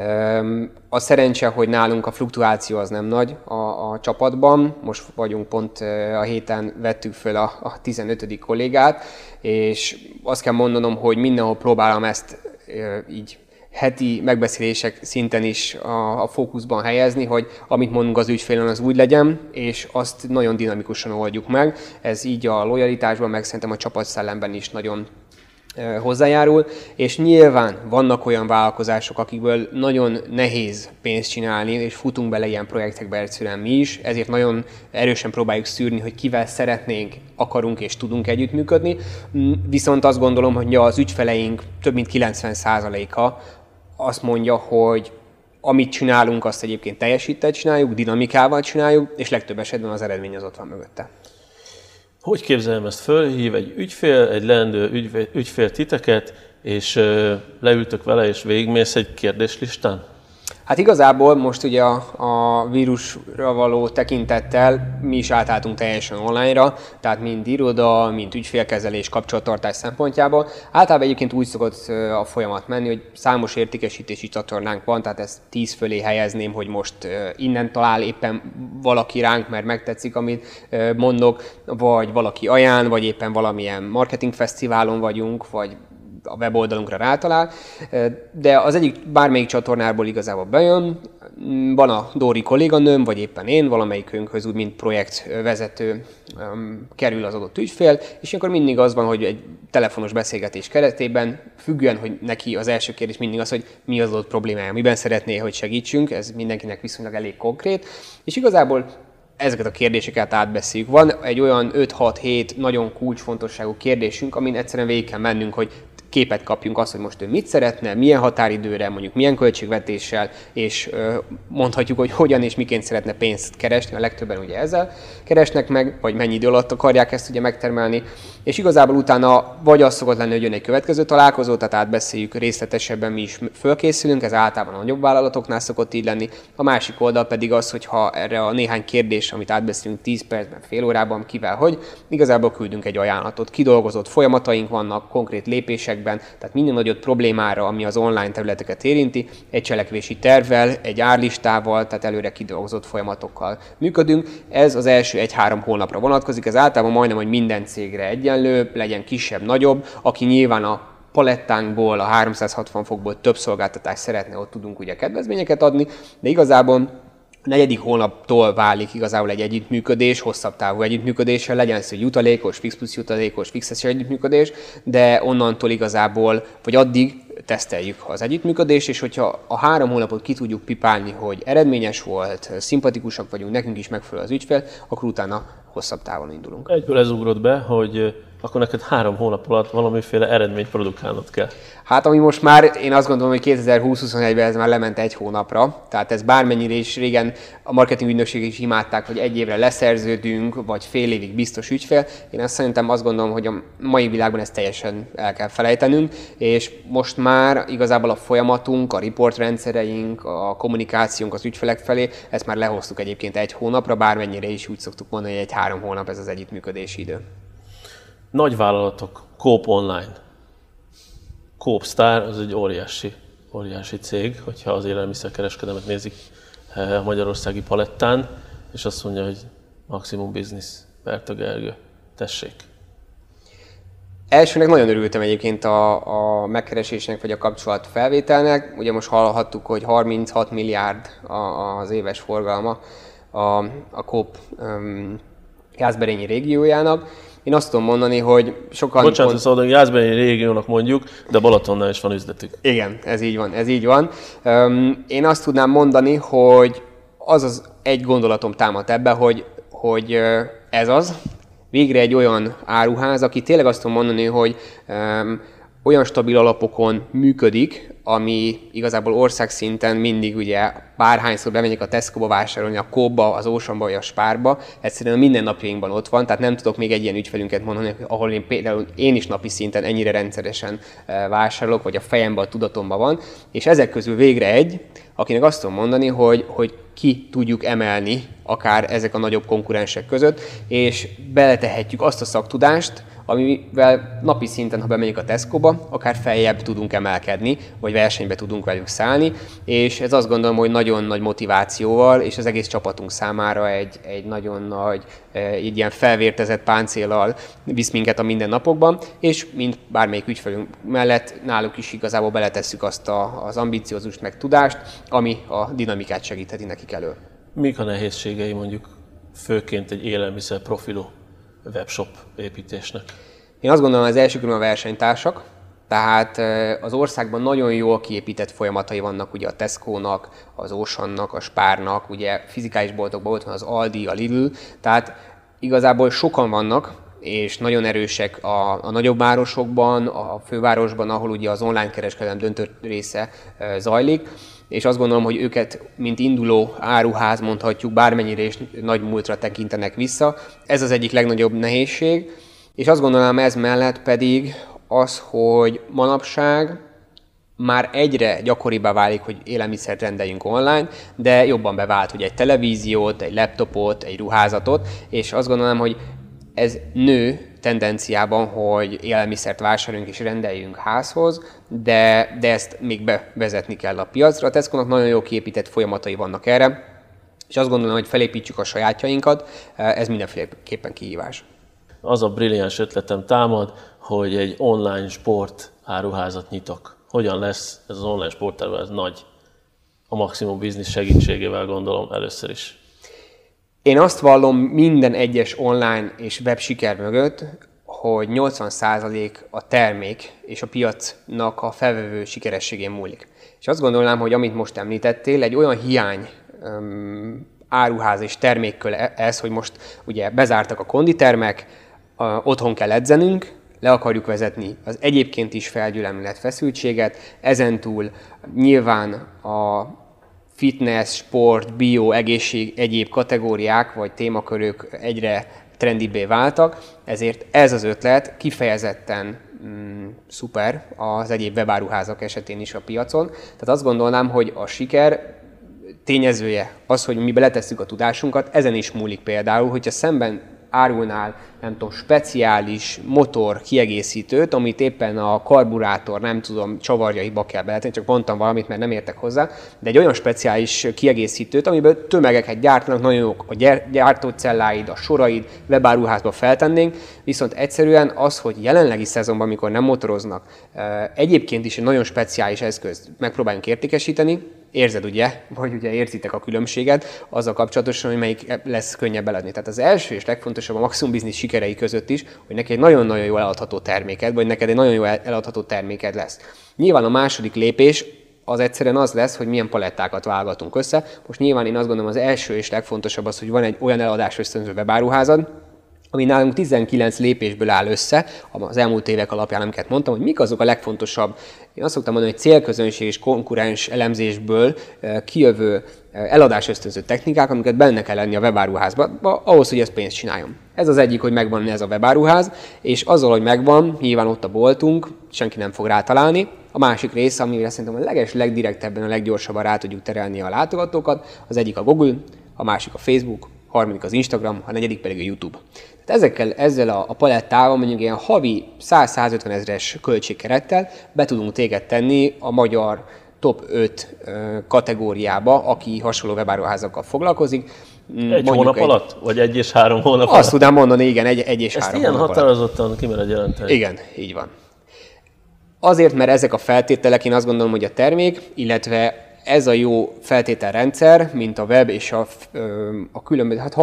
A szerencse, hogy nálunk a fluktuáció az nem nagy a csapatban. Most vagyunk pont a héten vettük föl a 15. kollégát, és azt kell mondanom, hogy mindenhol próbálom ezt így heti megbeszélések szinten is a fókuszban helyezni, hogy amit mondunk az ügyfélen, az úgy legyen, és azt nagyon dinamikusan oldjuk meg. Ez így a lojalitásban, meg szerintem a csapatszellemben is nagyon hozzájárul, és nyilván vannak olyan vállalkozások, akikből nagyon nehéz pénzt csinálni, és futunk bele ilyen projektekbe egyszerűen mi is, ezért nagyon erősen próbáljuk szűrni, hogy kivel szeretnénk, akarunk és tudunk együttműködni, viszont azt gondolom, hogy az ügyfeleink több mint 90%-a azt mondja, hogy amit csinálunk, azt egyébként teljesítve csináljuk, dinamikával csináljuk, és legtöbb esetben az eredmény az ott van mögötte. Hogy képzeljem ezt föl? Hív egy ügyfél, egy leendő ügyfél titeket, és leültök vele, és végigmész egy kérdéslistán? Hát igazából most ugye a vírusra való tekintettel mi is átálltunk teljesen online-ra, tehát mind iroda, mind ügyfélkezelés, kapcsolattartás szempontjából. Általában egyébként úgy szokott a folyamat menni, hogy számos értékesítési csatornánk van, tehát ezt 10 fölé helyezném, hogy most innen talál éppen valaki ránk, mert megtetszik, amit mondok, vagy valaki ajánl, vagy éppen valamilyen marketingfesztiválon vagyunk, vagy a weboldalunkra rátalál, de az egyik bármelyik csatornából igazából bejön, van a Dóri kolléganőm, vagy éppen én, valamelyikünkhöz úgy, mint projektvezető kerül az adott ügyfél, és akkor mindig az van, hogy egy telefonos beszélgetés keretében, függően, hogy neki az első kérdés mindig az, hogy mi az adott problémája, miben szeretné, hogy segítsünk, ez mindenkinek viszonylag elég konkrét, és igazából ezeket a kérdéseket átbeszéljük. Van egy olyan 5-6-7 nagyon kulcsfontosságú kérdésünk, amin egyszerűen végig kell mennünk, hogy képet kapjunk azt, hogy most ő mit szeretne, milyen határidőre, mondjuk milyen költségvetéssel, és mondhatjuk, hogy hogyan és miként szeretne pénzt keresni, a legtöbben ugye ezzel keresnek meg, vagy mennyi idő alatt akarják ezt ugye megtermelni, és igazából utána vagy az szokott lenni, hogy jön egy következő találkozó, tehát átbeszéljük részletesebben, mi is fölkészülünk, ez általában a nagyobb vállalatoknál szokott így lenni, a másik oldal pedig az, hogy ha erre a néhány kérdés, amit átbeszélünk 10 percben, fél órában, kivel, hogy igazából küldünk egy ajánlatot, kidolgozott folyamataink vannak, konkrét lépések, tehát minden nagyobb problémára, ami az online területeket érinti, egy cselekvési tervvel, egy árlistával, tehát előre kidolgozott folyamatokkal működünk. Ez az első 1-3 hónapra vonatkozik, ez általában majdnem, hogy minden cégre egyenlő, legyen kisebb, nagyobb, aki nyilván a palettánkból, a 360 fokból több szolgáltatást szeretne, ott tudunk ugye kedvezményeket adni, de igazából a 4. hónaptól válik igazából egy együttműködés, hosszabb távú együttműködéssel, legyen szó jutalékos, fix plusz jutalékos, fixes együttműködés, de onnantól igazából, vagy addig teszteljük az együttműködést, és hogyha a 3 hónapot ki tudjuk pipálni, hogy eredményes volt, szimpatikusak vagyunk, nekünk is megfelel az ügyfél, akkor utána hosszabb távon indulunk. Egyből ez ugrott be, hogy akkor neked 3 hónap alatt valamiféle eredményt produkálnod kell. Hát ami most már, én azt gondolom, hogy 2020-21-ben ez már lement 1 hónapra, tehát ez bármennyire is régen a marketing ügynökségek is imádták, hogy 1 évre leszerződünk, vagy fél évig biztos ügyfél. Én azt gondolom, hogy a mai világban ezt teljesen el kell felejtenünk, és most már igazából a folyamatunk, a riportrendszereink, a kommunikációnk az ügyfelek felé, ezt már lehoztuk egyébként 1 hónapra, bármennyire is úgy szoktuk mondani, hogy 1-3 hónap ez az együttműködési idő. Nagy vállalatok, Coop Online. Coopstar az egy óriási cég, hogyha az élelmiszerkereskedelmet nézik a magyarországi palettán, és azt mondja, hogy maximum business, Berta Gergő, tessék. Elsőnek nagyon örültem egyébként a megkeresésnek vagy a kapcsolat felvételnek. Ugye most hallhattuk, hogy 36 milliárd az éves forgalma a Coop Jászberényi régiójának. Én azt tudom mondani, hogy sokan... Bocsánat, szóval Jászberényi régiónak mondjuk, de Balatonnál is van üzletük. Igen, ez így van. Én azt tudnám mondani, hogy az egy gondolatom támadt ebbe, hogy ez az. Végre egy olyan áruház, aki tényleg azt tudom mondani, hogy olyan stabil alapokon működik, ami igazából országszinten mindig ugye bárhányszor bemegyek a Tesco-ba vásárolni, a Coop-ba, az Oceanba vagy a Spárba, egyszerűen a mindennapjainkban ott van, tehát nem tudok még egy ilyen ügyfelünket mondani, ahol én is napi szinten ennyire rendszeresen vásárolok, vagy a fejemben, a tudatomban van, és ezek közül végre egy, akinek azt tudom mondani, hogy ki tudjuk emelni akár ezek a nagyobb konkurensek között, és beletehetjük azt a szaktudást, amivel napi szinten, ha bemegyünk a Tesco-ba, akár feljebb tudunk emelkedni, vagy versenybe tudunk velük szállni, és ez azt gondolom, hogy nagyon nagy motivációval, és az egész csapatunk számára egy nagyon nagy, egy ilyen felvértezett páncéllal visz minket a mindennapokban, és mint bármelyik ügyfelünk mellett náluk is igazából beletesszük azt az ambiciózust meg tudást, ami a dinamikát segítheti nekik elő. Mik a nehézségei mondjuk főként egy élelmiszer profilú webshop építésnek? Én azt gondolom, az első körben a versenytársak, Tehát az országban nagyon jól kiépített folyamatai vannak ugye a Tesco-nak, az Oceannak, a Spárnak, ugye fizikális boltokban ott van az Aldi, a Lidl, tehát igazából sokan vannak, és nagyon erősek a nagyobb városokban, a fővárosban, ahol ugye az online kereskedelem döntő része zajlik, és azt gondolom, hogy őket, mint induló áruház mondhatjuk, bármennyire is nagy múltra tekintenek vissza. Ez az egyik legnagyobb nehézség, és azt gondolom ez mellett pedig az, hogy manapság már egyre gyakoribbá válik, hogy élelmiszert rendeljünk online, de jobban bevált, hogy egy televíziót, egy laptopot, egy ruházatot, és azt gondolom, hogy ez nő tendenciában, hogy élelmiszert vásároljunk és rendeljünk házhoz, de ezt még bevezetni kell a piacra. A Tesco-nak nagyon jó kiépített folyamatai vannak erre, és azt gondolom, hogy felépítsük a sajátjainkat, ez mindenféleképpen kihívás. Az a brilliáns ötletem támad, hogy egy online sport áruházat nyitok. Hogyan lesz ez az online sportáruház nagy? A Maximum Business segítségével gondolom először is. Én azt vallom minden egyes online és web siker mögött, hogy 80% a termék és a piacnak a felvevő sikerességén múlik. És azt gondolnám, hogy amit most említettél, egy olyan hiány áruház és termékköl ez, hogy most ugye bezártak a konditermek, otthon kell edzenünk, le akarjuk vezetni az egyébként is felgyülemlett feszültséget, ezentúl nyilván a fitness, sport, bio, egészség, egyéb kategóriák vagy témakörök egyre trendibbé váltak, ezért ez az ötlet kifejezetten szuper az egyéb webáruházak esetén is a piacon. Tehát azt gondolnám, hogy a siker tényezője az, hogy mi beletesszük a tudásunkat, ezen is múlik például, hogyha szemben árulnál, nem tudom, speciális motor kiegészítőt, amit éppen a karburátor, nem tudom, csavarjaiba kell beletenni, csak mondtam valamit, mert nem értek hozzá, de egy olyan speciális kiegészítőt, amiből tömegeket gyártanak, nagyon jók a gyártócelláid, a soraid, webáruházba feltennénk, viszont egyszerűen az, hogy jelenlegi szezonban, amikor nem motoroznak, egyébként is egy nagyon speciális eszközt megpróbáljunk értékesíteni, érzed ugye, vagy ugye érzitek a különbséget azzal kapcsolatosan, hogy melyik lesz könnyebb eladni. Tehát az első és legfontosabb a Maximum Business sikerei között is, hogy neked egy nagyon-nagyon jól eladható terméked, vagy neked egy nagyon jól eladható terméked lesz. Nyilván a második lépés az egyszerűen az lesz, hogy milyen palettákat válogatunk össze. Most nyilván én azt gondolom az első és legfontosabb az, hogy van egy olyan eladás ösztönző webáruházad, ami nálunk 19 lépésből áll össze, az elmúlt évek alapján, amiket mondtam, hogy mik azok a legfontosabb, én azt szoktam mondani, hogy célközönség és konkurens elemzésből kijövő eladás ösztönző technikák, amiket benne kell lenni a webáruházban, ahhoz, hogy ezt pénzt csináljon. Ez az egyik, hogy megvan ez a webáruház, és azzal, hogy megvan, nyilván ott a boltunk, senki nem fog rátalálni. A másik része, amire szerintem a legdirektebben, a leggyorsabban rá tudjuk terelni a látogatókat, az egyik a Google, a másik a Facebook, a harmadik az Instagram, a negyedik pedig a YouTube. Tehát ezzel a palettával, mondjuk ilyen havi 100-150 ezres költségkerettel be tudunk téged tenni a magyar top 5 kategóriába, aki hasonló webáruházakkal foglalkozik. Egy hónap alatt? Vagy 1 és 3 hónap alatt? Azt tudnám mondani, igen, 1 és 3 hónap alatt. Ezt ilyen határozottan kimered jelenteni? Igen, így van. Azért, mert ezek a feltételek, én azt gondolom, hogy a termék, illetve ez a jó feltételrendszer, mint a web és a különböző, hát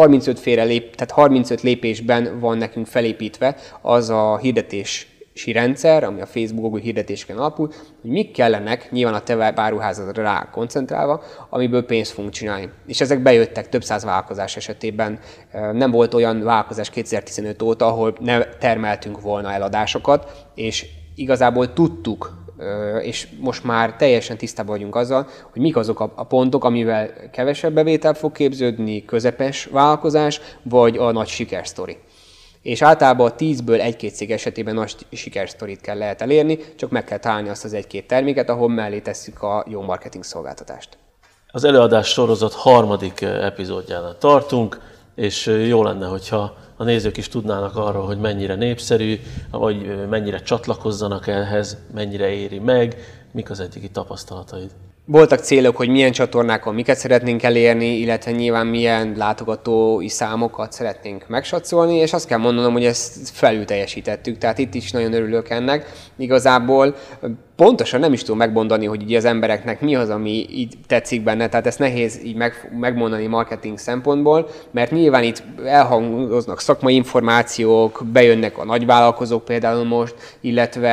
35 lépésben van nekünk felépítve az a hirdetési rendszer, ami a Facebook, Google hirdetésken alapul, hogy mik kellenek, nyilván a te webáruházadra rá koncentrálva, amiből pénzt fogunk csinálni. És ezek bejöttek több száz vállalkozás esetében. Nem volt olyan vállalkozás 2015 óta, ahol ne termeltünk volna eladásokat, és igazából tudtuk, és most már teljesen tisztában vagyunk azzal, hogy mik azok a pontok, amivel kevesebb bevétel fog képződni, közepes vállalkozás, vagy a nagy sikersztori. És általában a 10-ből 1-2 cég esetében nagy sikersztorit lehet elérni, csak meg kell találni azt az 1-2 terméket, ahol mellé tesszük a jó marketing szolgáltatást. Az előadás sorozat 3. epizódjánál tartunk, és jó lenne, hogyha a nézők is tudnának arról, hogy mennyire népszerű, vagy mennyire csatlakozzanak ehhez, mennyire éri meg, mik az eddigi tapasztalataid. Voltak célok, hogy milyen csatornákon miket szeretnénk elérni, illetve nyilván milyen látogatói számokat szeretnénk megsatszolni, és azt kell mondanom, hogy ezt felül teljesítettük, tehát itt is nagyon örülök ennek. Igazából pontosan nem is tudom megmondani, hogy ugye az embereknek mi az, ami így tetszik benne, tehát ezt nehéz így megmondani marketing szempontból, mert nyilván itt elhangoznak szakmai információk, bejönnek a nagyvállalkozók például most, illetve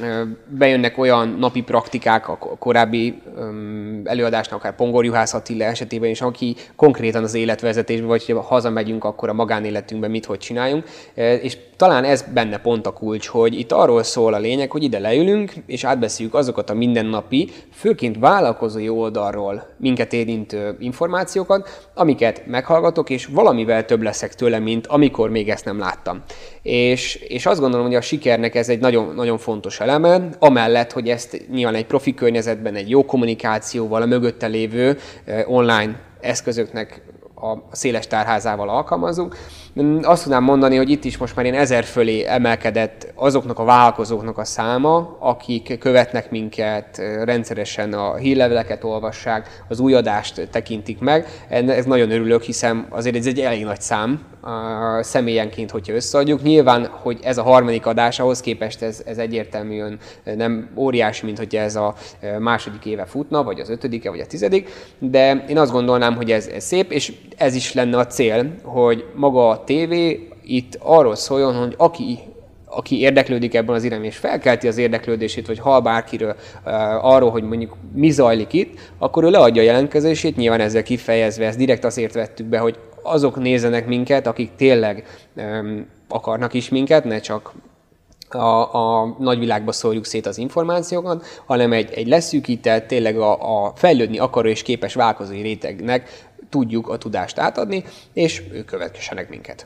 bejönnek olyan napi praktikák a korábbi előadásnak, akár Pongor Juhász Attila esetében is, aki konkrétan az életvezetésben, vagy ha hazamegyünk, akkor a magánéletünkben mit, hogy csináljunk. És talán ez benne pont a kulcs, hogy itt arról szól a lényeg, hogy ide leülünk, és átbeszéljük azokat a mindennapi, főként vállalkozói oldalról minket érintő információkat, amiket meghallgatok, és valamivel több leszek tőle, mint amikor még ezt nem láttam. És azt gondolom, hogy a sikernek ez egy nagyon, nagyon fontos eleme, amellett, hogy ezt nyilván egy profi környezetben, egy jó kommunikációval, a mögötte lévő online eszközöknek a széles tárházával alkalmazunk. Azt tudnám mondani, hogy itt is most már 1000 fölé emelkedett azoknak a vállalkozóknak a száma, akik követnek minket, rendszeresen a hírleveleket olvassák, az új adást tekintik meg. Ez nagyon örülök, hiszen azért ez egy elég nagy szám személyenként, hogyha összeadjuk. Nyilván, hogy ez a harmadik adás, ahhoz képest ez egyértelműen nem óriási, mint hogy ez a második éve futna, vagy az 5-e, vagy a 10., de én azt gondolnám, hogy ez szép, és ez is lenne a cél, hogy maga a tévé itt arról szóljon, hogy aki érdeklődik ebben az irányban, és felkelti az érdeklődését, vagy hall bárkiről arról, hogy mondjuk mi zajlik itt, akkor ő leadja a jelentkezését, nyilván ezzel kifejezve, ezt direkt azért vettük be, hogy azok nézzenek minket, akik tényleg akarnak is minket, ne csak a nagyvilágba szórjuk szét az információkat, hanem egy leszűkített, tényleg a fejlődni akaró és képes vállalkozói rétegnek tudjuk a tudást átadni, és ők kövessenek minket.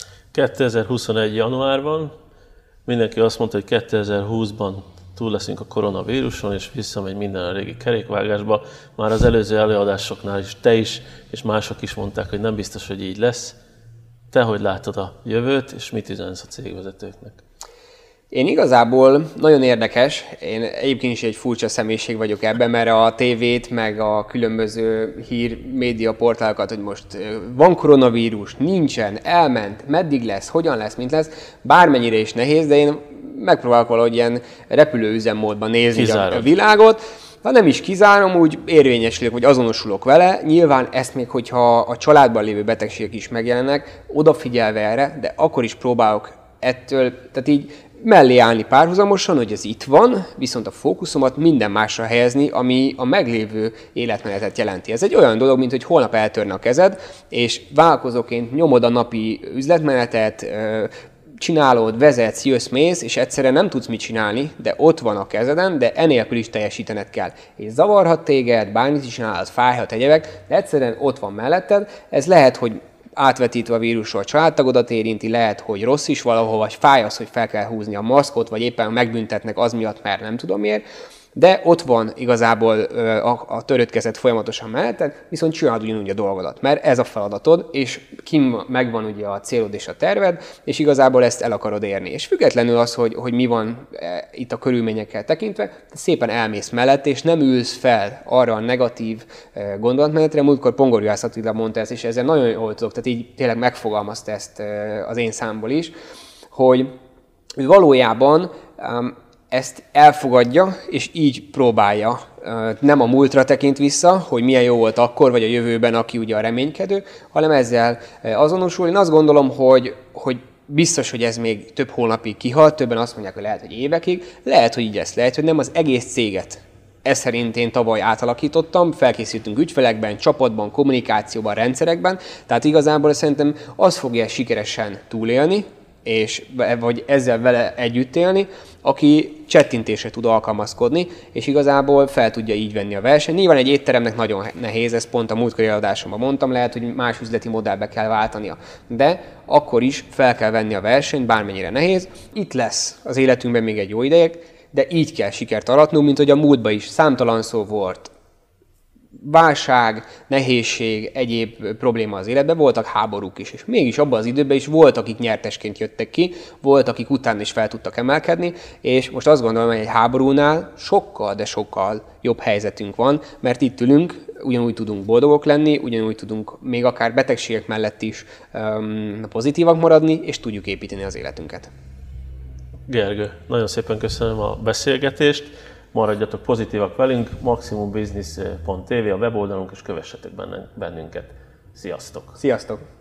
2021. januárban mindenki azt mondta, hogy 2020-ban túl leszünk a koronavíruson, és visszamegy minden a régi kerékvágásba. Már az előző előadásoknál is te is, és mások is mondták, hogy nem biztos, hogy így lesz. Te hogy látod a jövőt, és mit üzensz a cégvezetőknek? Én igazából nagyon érdekes, én egyébként is egy furcsa személyiség vagyok ebben, mert a tévét, meg a különböző média portálokat, hogy most van koronavírus, nincsen, elment, meddig lesz, hogyan lesz, mint lesz, bármennyire is nehéz, de én megpróbálok valahogy ilyen repülőüzemmódban nézni a világot. Ha nem is kizárom, úgy érvényesülök, vagy azonosulok vele. Nyilván ezt még, hogyha a családban lévő betegségek is megjelennek, odafigyelve erre, de akkor is próbálok ettől, tehát így mellé állni párhuzamosan, hogy ez itt van, viszont a fókuszomat minden másra helyezni, ami a meglévő életmenetet jelenti. Ez egy olyan dolog, mint hogy holnap eltörne a kezed, és vállalkozóként nyomod a napi üzletmenetet, csinálod, vezetsz, jössz, mész, és egyszerűen nem tudsz mit csinálni, de ott van a kezeden, de enélkül is teljesítened kell. És zavarhat téged, bármit is csinálod, fájhat egyebek, de egyszerűen ott van melletted. Ez lehet, hogy átvetítve a vírusról a családtagodat érinti, lehet, hogy rossz is valahol, vagy fáj az, hogy fel kell húzni a maszkot, vagy éppen megbüntetnek az miatt, mert nem tudom miért, de ott van igazából a törött kezed folyamatosan melletted, viszont csinálod ugyanúgy a dolgodat, mert ez a feladatod, és megvan ugye a célod és a terved, és igazából ezt el akarod érni. És függetlenül az, hogy mi van itt a körülményekkel tekintve, szépen elmész mellett, és nem ülsz fel arra a negatív gondolatmenetre. Múltkor Pongor Juhász Attila mondta ezt, és ezzel nagyon jól tudok, tehát így tényleg megfogalmazta ezt az én számból is, hogy valójában ezt elfogadja, és így próbálja. Nem a múltra tekint vissza, hogy milyen jó volt akkor, vagy a jövőben, aki ugye a reménykedő, hanem ezzel azonosul. Én azt gondolom, hogy biztos, hogy ez még több hónapig kihalt, többen azt mondják, hogy lehet, hogy évekig, lehet, hogy így lesz, lehet, hogy nem az egész céget. Ez szerint én tavaly átalakítottam, felkészültünk ügyfelekben, csapatban, kommunikációban, rendszerekben, tehát igazából szerintem az fogja sikeresen túlélni, vagy ezzel vele együtt élni, aki csettintésre tud alkalmazkodni, és igazából fel tudja így venni a versenyt. Nyilván egy étteremnek nagyon nehéz, ezt pont a múltkori előadásomban mondtam, lehet, hogy más üzleti modellbe kell váltania, de akkor is fel kell venni a versenyt, bármennyire nehéz. Itt lesz az életünkben még egy jó ideig, de így kell sikert aratnunk, mint hogy a múltban is számtalan szó volt. Válság, nehézség, egyéb probléma az életben, voltak háborúk is, és mégis abban az időben is volt, akik nyertesként jöttek ki, volt, akik utána is fel tudtak emelkedni, és most azt gondolom, hogy egy háborúnál sokkal, de sokkal jobb helyzetünk van, mert itt ülünk, ugyanúgy tudunk boldogok lenni, ugyanúgy tudunk még akár betegségek mellett is pozitívak maradni, és tudjuk építeni az életünket. Gergő, nagyon szépen köszönöm a beszélgetést. Maradjatok pozitívak velünk, maximumbusiness.tv a weboldalunk, és kövessetek bennünket. Sziasztok! Sziasztok!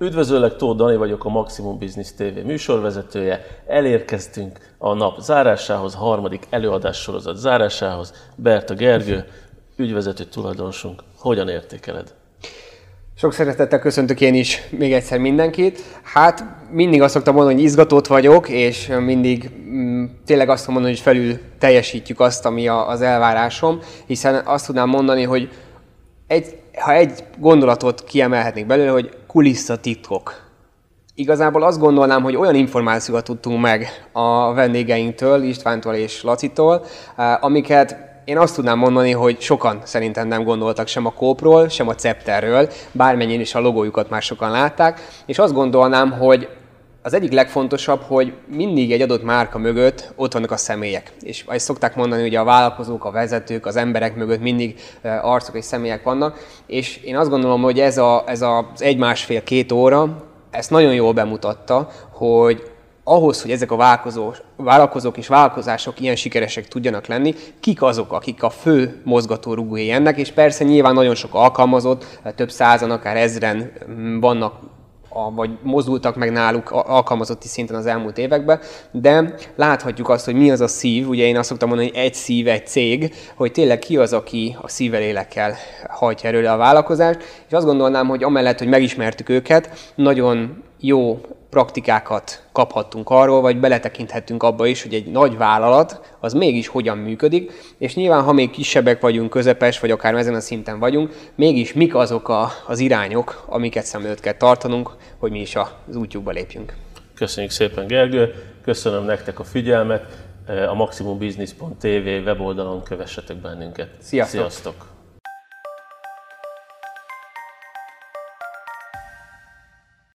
Üdvözöllek, Tóth Dani vagyok, a Maximum Business TV műsorvezetője. Elérkeztünk a nap zárásához, a harmadik előadássorozat zárásához. Berta Gergő, ügyvezető tulajdonosunk. Hogyan értékeled? Sok szeretettel köszöntök én is még egyszer mindenkit. Hát mindig azt szoktam mondani, hogy izgatott vagyok, és mindig tényleg azt mondani, hogy felül teljesítjük azt, ami az elvárásom, hiszen azt tudnám mondani, hogy ha egy gondolatot kiemelhetnék belőle, hogy kulisszatitkok. Igazából azt gondolnám, hogy olyan információkat tudtunk meg a vendégeinktől, Istvántól és Lacitól, amiket én azt tudnám mondani, hogy sokan szerintem nem gondoltak sem a Coopról, sem a Cepterről, bármennyien is a logójukat már sokan látták, és azt gondolnám, hogy az egyik legfontosabb, hogy mindig egy adott márka mögött ott vannak a személyek. És ezt szokták mondani, hogy a vállalkozók, a vezetők, az emberek mögött mindig arcok és személyek vannak, és én azt gondolom, hogy ez az 1,5-2 óra ezt nagyon jól bemutatta, hogy ahhoz, hogy ezek a vállalkozók és vállalkozások ilyen sikeresek tudjanak lenni, kik azok, akik a fő mozgatórugói ennek, és persze nyilván nagyon sok alkalmazott, több százan, akár ezren vannak, vagy mozdultak meg náluk alkalmazotti szinten az elmúlt években, de láthatjuk azt, hogy mi az a szív, ugye én azt szoktam mondani, hogy egy szív, egy cég, hogy tényleg ki az, aki a szívvel, lélekkel hajtja előre a vállalkozást, és azt gondolnám, hogy amellett, hogy megismertük őket, nagyon jó praktikákat kaphattunk arról, vagy beletekinthetünk abba is, hogy egy nagy vállalat az mégis hogyan működik, és nyilván, ha még kisebbek vagyunk, közepes, vagy akár ezen a szinten vagyunk, mégis mik azok az irányok, amiket szem előtt kell tartanunk, hogy mi is az útjukba lépjünk. Köszönjük szépen, Gergő, köszönöm nektek a figyelmet, a maximumbusiness.tv weboldalon kövessetek bennünket. Sziasztok! Sziasztok.